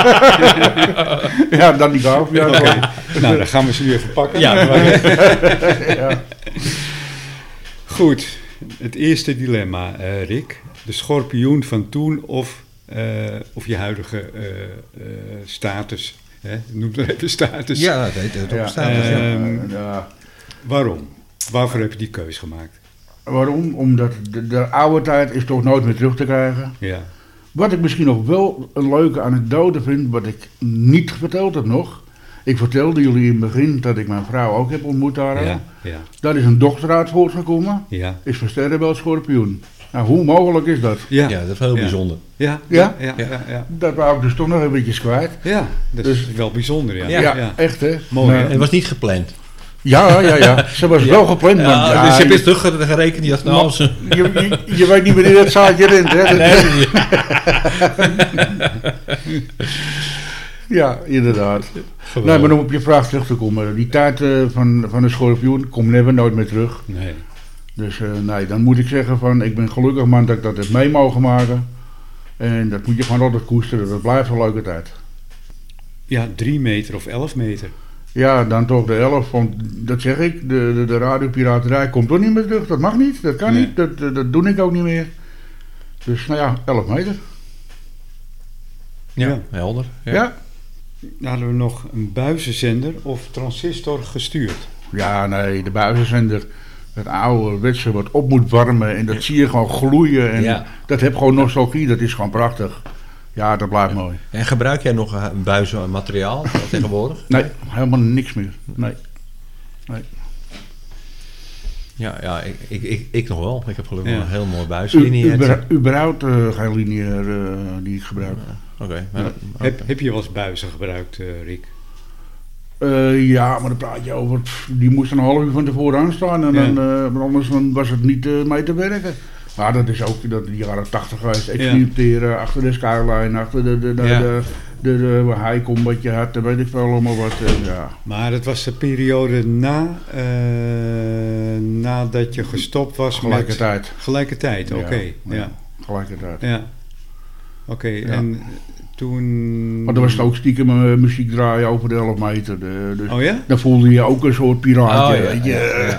Ja, dan die cavia's. Okay. Nou, dan gaan we ze nu even pakken. Ja, Ja. Goed, het eerste dilemma, uh, Rick. De schorpioen van toen of, uh, of je huidige uh, uh, status. Hè? Noem het even status. Ja, dat heet het op Ja. status. Ja. Um, Ja. Waarom? Waarvoor heb je die keus gemaakt? Waarom? Omdat de, de oude tijd is toch nooit meer terug te krijgen. Ja. Wat ik misschien nog wel een leuke anekdote vind, wat ik niet verteld heb nog. Ik vertelde jullie in het begin dat ik mijn vrouw ook heb ontmoet daar. Ja, ja, Daar is een dochter uit voortgekomen. ja. Is van Sterrenbelt schorpioen. Nou, hoe mogelijk is dat? Ja, Ja, dat is heel Ja. bijzonder. ja, Ja? ja, ja, ja, ja. Dat wou ik dus toch nog een beetje kwijt. Ja, dat Dus- is wel bijzonder, ja. Ja, ja. echt hè. Mooi, Nou, hè? Het was niet gepland. Ja, ja, ja. Ze was wel gepland. Ja, maar, ja, dus je hebt je, eens teruggerekend. Die had nou, ze... je, je, je weet niet wanneer dat zaadje rent, hè? Nee, Ja, inderdaad. Nee, maar om op je vraag terug te komen. Die tijd uh, van, van de schorpioen komt never nooit meer terug. Nee. Dus uh, nee, dan moet ik zeggen van, ik ben gelukkig man dat ik dat heb mee mogen maken. En dat moet je gewoon altijd koesteren. Dat blijft een leuke tijd. Ja, drie meter of elf meter. Ja, dan toch de elf, want dat zeg ik, de, de, de radiopiraterij komt toch niet meer terug. Dat mag niet, dat kan Nee. niet, dat, dat, dat doe ik ook niet meer. Dus nou ja, elf meter. ja, Ja. helder. Ja. Ja. Dan hadden we nog een buizenzender of transistor gestuurd. Ja, nee, de buizenzender, het oude wetse wat op moet warmen en dat zie je gewoon gloeien. En Ja. dat heeft gewoon nostalgie, dat is gewoon prachtig. Ja, dat blijft mooi. En gebruik jij nog een buizen materiaal tegenwoordig? Nee, helemaal niks meer. Nee. Ja, ja ik, ik, ik, ik nog wel. Ik heb gelukkig Ja. een heel mooi U, buislinie. ubera- überhaupt uh, geen lineair uh, die ik gebruik. Oké. maar- Ja. Heb, heb je wel eens buizen gebruikt, uh, Rick? Uh, ja, maar dan praat je over, pff, die moest een half uur van tevoren aanstaan en Ja. dan, uh, want anders dan was het niet uh, mee te werken. Maar dat is ook dat de jaren tachtig geweest, Ja. experimenteren achter de skyline, achter de, de, de, Ja. de, de, de, de highcom wat je had, dan weet ik veel allemaal wat, uh, ja. Maar het was de periode na, uh, nadat je gestopt was met... Gelijkertijd. Gelijkertijd, oké. Ja, Ja, ja. Gelijkertijd. ja. Oké, Ja. en toen... Maar dan was het ook stiekem uh, muziek draaien over de elf meter. De, dus Oh ja? dan voelde je ook een soort piraatje. Oh, ja, weet je. ja,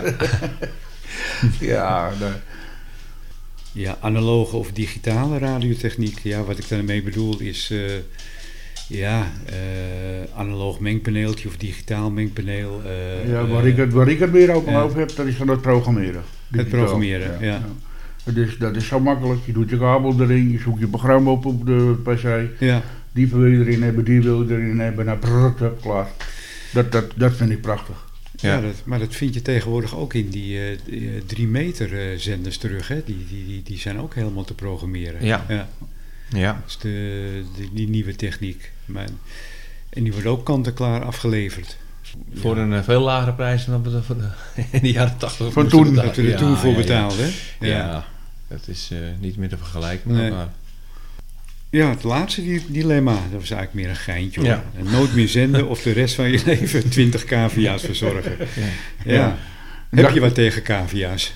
Ja, nee. Ja, analoge of digitale radiotechniek. Ja, wat ik daarmee bedoel is... uh, ja, uh, analoog mengpaneeltje of digitaal mengpaneel. Uh, Ja, waar, uh, ik het, waar ik het meer over, ja. over heb, dat is van het programmeren. Het programmeren, ja. Het is, dat is zo makkelijk. Je doet je kabel erin, je zoekt je programma op op de P C. Ja, Die wil je erin hebben, die wil je erin hebben. Nou, prrrt, hup, klaar. Dat, dat, dat vind ik prachtig. ja. Ja. dat, maar dat vind je tegenwoordig ook in die, uh, die uh, drie meter uh, zenders terug. Hè? Die, die, die, die zijn ook helemaal te programmeren. Ja. ja. ja. Dus de, de, die nieuwe techniek. Maar, en die wordt ook kant-en-klaar afgeleverd. Voor Ja. een uh, veel lagere prijs dan we de, voor de, in de jaren tachtig. Van toen. Dat we er Ja, toen voor ja, ja. betaalden. hè? Ja. Ja. dat is uh, niet meer te vergelijken. Nee. Maar, Ja, het laatste die, dilemma, dat was eigenlijk meer een geintje hoor. Ja. En nooit meer zenden of de rest van je leven twintig cavia's verzorgen. ja. Ja. Heb je wat tegen cavia's?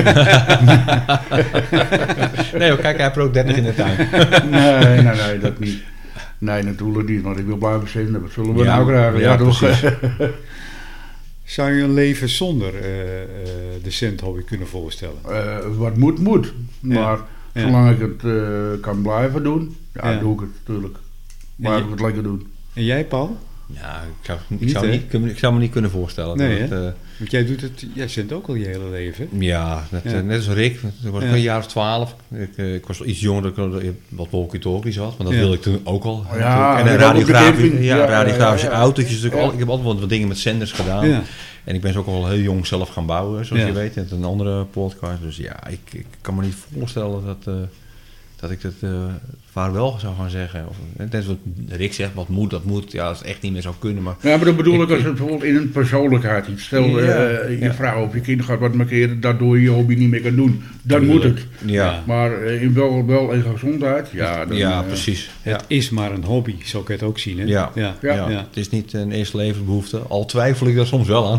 Nee hoor, kijk, hij heeft er ook dertig in de tuin. Nee, nee, nee, dat niet. Nee, natuurlijk niet, want ik wil blijven zitten. Wat zullen we Ja, nou krijgen? ja, toch? precies. Zou je een leven zonder uh, uh, de centhobby kunnen voorstellen? Uh, wat moet, moet. Maar Ja. zolang ik het uh, kan blijven doen, ja, Ja. doe ik het natuurlijk. Blijf je- ik het lekker doen. En jij, Paul? Ja, ik zou, ik, Niet, zou hè? niet, kun- ik zou me niet kunnen voorstellen. Nee, dat, hè? uh, Want jij doet het, jij zendt ook al je hele leven. ja, dat, Ja. uh, net als Rick. Toen was ik Ja. een jaar of twaalf. Ik, uh, ik was wel iets jonger dan ik uh, wat walkie-talkies had. Maar dat Ja. wilde ik toen ook al. Ja, en en een ook op de radiografie, camping. ja, Ja, radiografische ja, ja. autootjes. natuurlijk Ja. al, ik heb altijd wel wat dingen met zenders gedaan. Ja. En ik ben ze ook al heel jong zelf gaan bouwen, zoals Ja. je weet. Met een andere podcast. Dus ja, ik, ik kan me niet voorstellen dat, uh, dat ik dat uh, vaarwel zou gaan zeggen. Of, net als wat Rick zegt, wat moet, dat moet. Ja, dat is echt niet meer zou kunnen. Maar Ja, maar dat bedoel ik, Ik- als het bijvoorbeeld in een persoonlijkheid iets. Stel, Ja, uh, je ja. vrouw of je kind gaat wat markeren, daardoor je je hobby niet meer kan doen. Dan moet het. ja, Maar uh, in wel, wel in gezondheid, ja. Dan, ja uh, precies. Ja. Het is maar een hobby, zo kan je het ook zien. Hè? Ja. Ja. Ja. Ja, Ja. het is niet een eerste levensbehoefte. Al twijfel ik daar soms wel aan.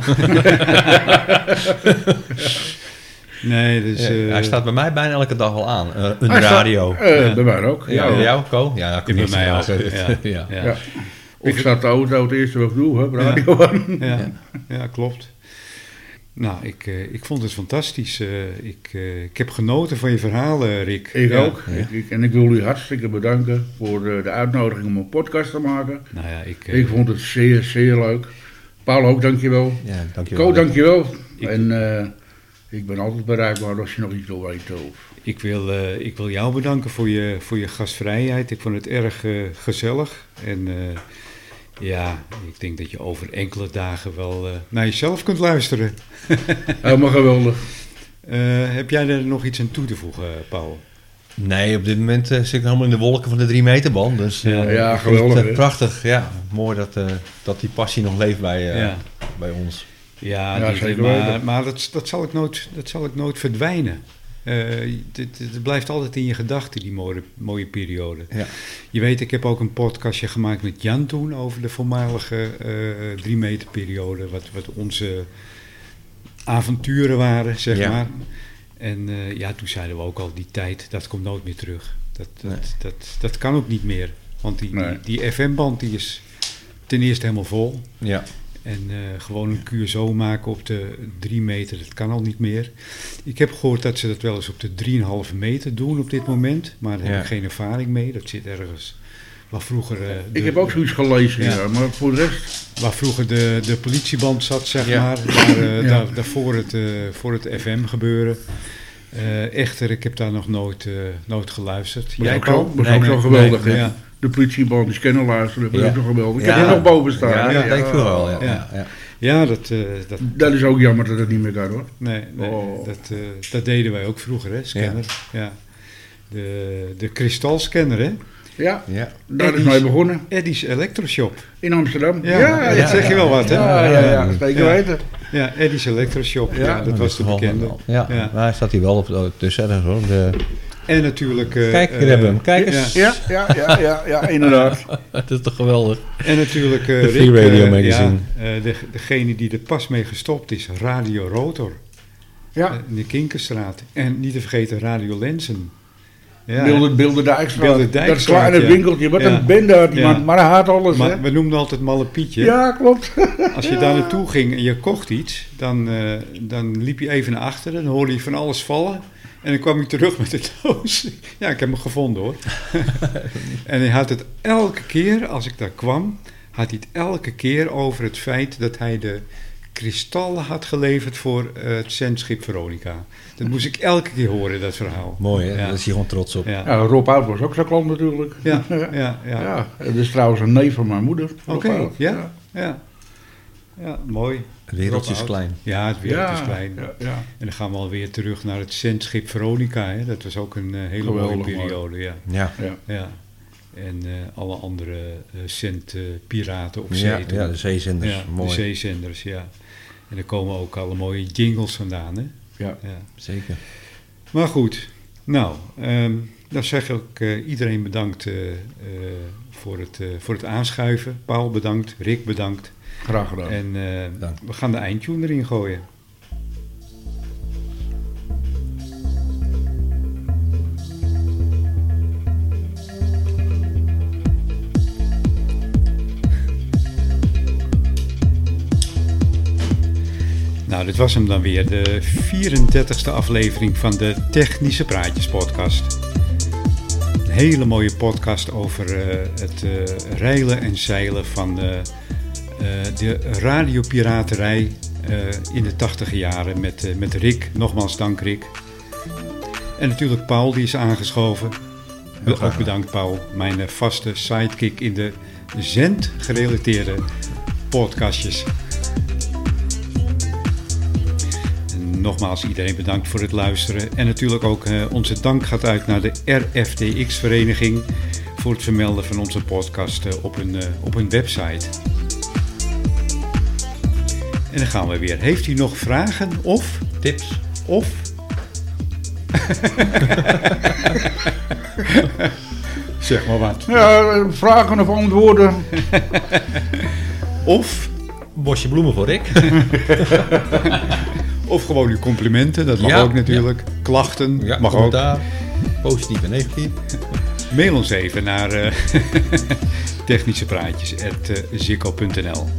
Nee, dus... Ja, uh, hij staat bij mij bijna elke dag al aan. Uh, een Hij staat- radio. uh, Ja. Bij mij ook. ja, Ja, bij jou, Ko? Ja, ik bij niet mij ook. zeggen. Ja. Ja. Ja. Ja. Of staat de auto het eerste wat ik doe, hè, radio aan. Ja, ja, klopt. Nou, ik, uh, ik vond het fantastisch. Uh, ik, uh, ik heb genoten van je verhalen, Rick. Ik Ja. ook. Ja. Ik, ik, en ik wil u hartstikke bedanken voor uh, de uitnodiging om een podcast te maken. Nou ja, ik... uh, Ik vond het zeer, zeer leuk. Paul ook, dankjewel. Ja, dankjewel. Ko, dankjewel. Ik- En uh, ik ben altijd bereikbaar als je nog iets wil weten. Of... Ik wil, uh, ik wil jou bedanken voor je, voor je gastvrijheid. Ik vond het erg uh, gezellig. En uh, ja, ik denk dat je over enkele dagen wel uh, naar jezelf kunt luisteren. Helemaal geweldig. Uh, heb jij er nog iets aan toe te voegen, Paul? Nee, op dit moment uh, zit ik helemaal in de wolken van de drie meter band. Dus uh, Ja, ja, ik vind geweldig, het, uh, hè? prachtig. Ja, mooi dat, uh, dat die passie nog leeft bij, uh, Ja. bij ons. Ja, Ja, die- zeker maar, weten. maar dat, dat, zal ik nooit, dat zal ik nooit verdwijnen. Eh, Het het blijft altijd in je gedachten, die mooie, mooie periode. Ja. Je weet, ik heb ook een podcastje gemaakt met Jan toen over de voormalige eh drie meter periode. Wat, wat onze avonturen waren, zeg Ja. maar. En eh, ja, toen zeiden we ook al, die tijd, dat komt nooit meer terug. Dat, dat, Nee. dat, dat kan ook niet meer. Want die, Nee. die, die F M-band die is ten eerste helemaal vol. Ja. En eh, gewoon een Q S O maken op de drie meter, dat kan al niet meer. Ik heb gehoord dat ze dat wel eens op de drie komma vijf meter doen op dit moment. Maar daar Ja. heb ik geen ervaring mee. Dat zit ergens waar vroeger, eh, de, Ik heb ook zoiets gelezen, Ja. ja. maar voor de rest... waar vroeger de, de politieband zat, zeg Ja. maar. Daar, eh, Ja. daar, daarvoor het, eh, voor het F M gebeuren. Eh, echter, ik heb daar nog nooit, eh, nooit geluisterd. Dat is ook Paul? zo, dat is Nee, ook zo nee, geweldig, nee, hè. ja. De politieband, die scannen luisteren, dat is Ja. ook zo geweldig. Ik Ja. heb er nog boven staan. Ja, hè. dat denk ik wel wel. Ja. Ja. Ja. Ja. Ja, dat, eh, dat, Dat is ook jammer dat het niet meer kan, hoor. nee, nee, Oh. dat, eh, dat deden wij ook vroeger, hè, scanner. Ja. De, de kristalscanner, hè? Ja, Ja. daar is Eddie's- mee begonnen. Eddie's Electroshop. In Amsterdam. Ja, ja, dat zeg je wel wat, hè? Ja, ja, ja, zeker Ja. weten. Ja, Eddie's Electroshop. Ja, dat was de wel- bekende. Ja, Ja. maar hij staat hier wel op tussen. ergens, hoor. De... En natuurlijk... eh, Kijk, hier eh, hebben we hem. Kijk eens. Ja, ja, ja, ja, ja, inderdaad. Dat is toch geweldig. En natuurlijk eh, De Rick, Free Radio eh, Magazine. ja, eh, de, degene die er pas mee gestopt is, Radio Rotor. Ja, eh, in de Kinkerstraat. En niet te vergeten Radio Lenzen. Ja, Beelden, Beelden Dijkstraat. Beelden Dat Dijkstraat, kleine ja. winkeltje, wat Ja. een bende had die Ja. man. Maar hij had alles, hè. maar we noemden altijd Malle Pietje. Ja, klopt. Als je daar naartoe ging en je kocht iets, dan, eh, dan liep je even naar achteren. Dan hoorde je van alles vallen. En dan kwam hij terug met de doos. Ja, ik heb hem gevonden hoor. En hij had het elke keer, als ik daar kwam, had hij het elke keer over het feit dat hij de kristallen had geleverd voor eh, het zendschip Veronica. Dat moest ik elke keer horen, dat verhaal. Mooi, hè? Ja. Daar is hij gewoon trots op. Ja, Ja, Rob Oud was ook zo'n klant natuurlijk. ja, ja. ja. ja. Ja, dat is trouwens een neef van mijn moeder. Rob Oké, Oud. ja, ja. Ja, mooi. Het wereldje is Rob Oud. klein. Ja, het wereld Ja, is klein. ja, ja. En dan gaan we alweer terug naar het zendschip Veronica. Hè? Dat was ook een eh, hele Geweldig, mooie mooi. periode. Ja. Ja. Ja. Ja. En eh, alle andere eh zendpiraten op zee. Ja, toen. ja, de zeezenders. Ja, Mooi. de zeezenders, ja. En er komen ook alle mooie jingles vandaan. Hè? Ja. Ja. Zeker. Maar goed, nou, ehm, dan zeg ik eh, iedereen bedankt eh, eh, voor, het, eh, voor het aanschuiven. Paul bedankt, Rick bedankt. Graag gedaan. En eh, Dank. we gaan de eindtune erin gooien. Nou, dit was hem dan weer, de vierendertigste aflevering van de Technische Praatjes podcast. Een hele mooie podcast over eh, het eh, reilen en zeilen van eh, eh, de radiopiraterij eh, in de tachtiger jaren met, eh, met Rick. Nogmaals dank Rick. En natuurlijk Paul, die is aangeschoven. Heel graag Ook bedankt Paul, mijn eh, vaste sidekick in de zendgerelateerde podcastjes. En nogmaals iedereen bedankt voor het luisteren. En natuurlijk ook eh, onze dank gaat uit naar de R F D X-vereniging voor het vermelden van onze podcast eh, op, hun, eh, op hun website. En dan gaan we weer. Heeft u nog vragen of... Tips. Of... zeg maar wat. Ja, vragen of antwoorden. Of... Bosje bloemen voor Rick. Of gewoon uw complimenten, dat mag Ja, ook natuurlijk. Klachten, Ja, mag ook. commentaar. Positief en negatief. Mail ons even naar uh, technischepraatjes at zikko punt n l.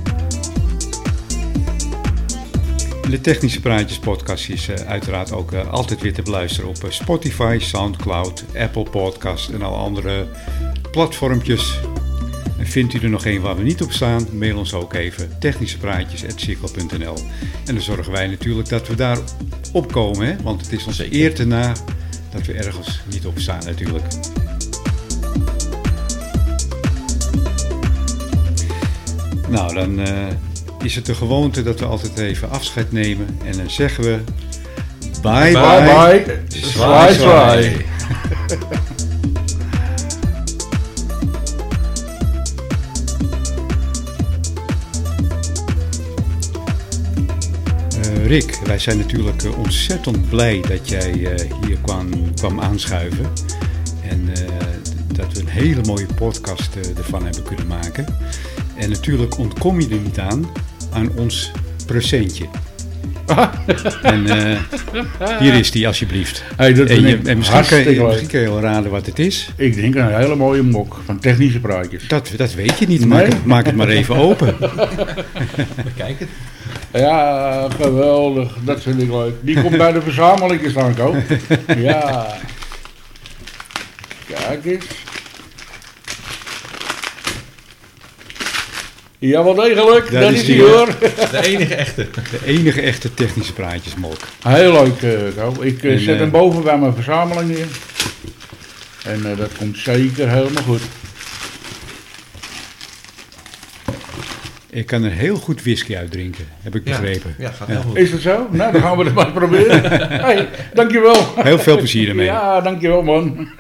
De Technische Praatjes podcast is uh, uiteraard ook uh, altijd weer te beluisteren op uh, Spotify, Soundcloud, Apple Podcast en alle andere platformpjes. En vindt u er nog een waar we niet op staan, mail ons ook even technischepraatjes at zikko punt n l. En dan zorgen wij natuurlijk dat we daar opkomen, hè? Want het is ons Zeker. eer te na dat we ergens niet op staan natuurlijk. Nou, dan uh, is het de gewoonte dat we altijd even afscheid nemen en dan zeggen we bye bye, Bye bye. Zwaai, Zwaai, zwaai. Rick, wij zijn natuurlijk uh, ontzettend blij dat jij uh, hier kwam, kwam aanschuiven. En uh, dat we een hele mooie podcast uh, ervan hebben kunnen maken. En natuurlijk ontkom je er niet aan, aan ons presentje. En uh, hier is die alsjeblieft. Hey, dat en, je, en misschien, kan je, leuk. misschien kan je wel raden wat het is. Ik denk een hele mooie mok van technische praatjes. Dat, dat weet je niet, Nee? maak, het, maak het maar even open. Bekijk het. Ja, geweldig. Dat vind ik leuk. Die komt bij de verzameling te staan, Ko. Ja. Kijk eens. Ja, wel degelijk. Daar Dat is is die die, hoor. De enige echte. De enige echte technische praatjesmolk. Heel leuk, uh, Ko. Ik uh, En, zet uh, hem boven bij mijn verzameling neer. En uh, dat komt zeker helemaal goed. Ik kan er heel goed whisky uitdrinken, heb ik begrepen. Ja, gaat Ja. heel goed. Is dat zo? Nou, dan gaan we het maar proberen. Hey, dankjewel. Heel veel plezier ermee. Ja, dankjewel man.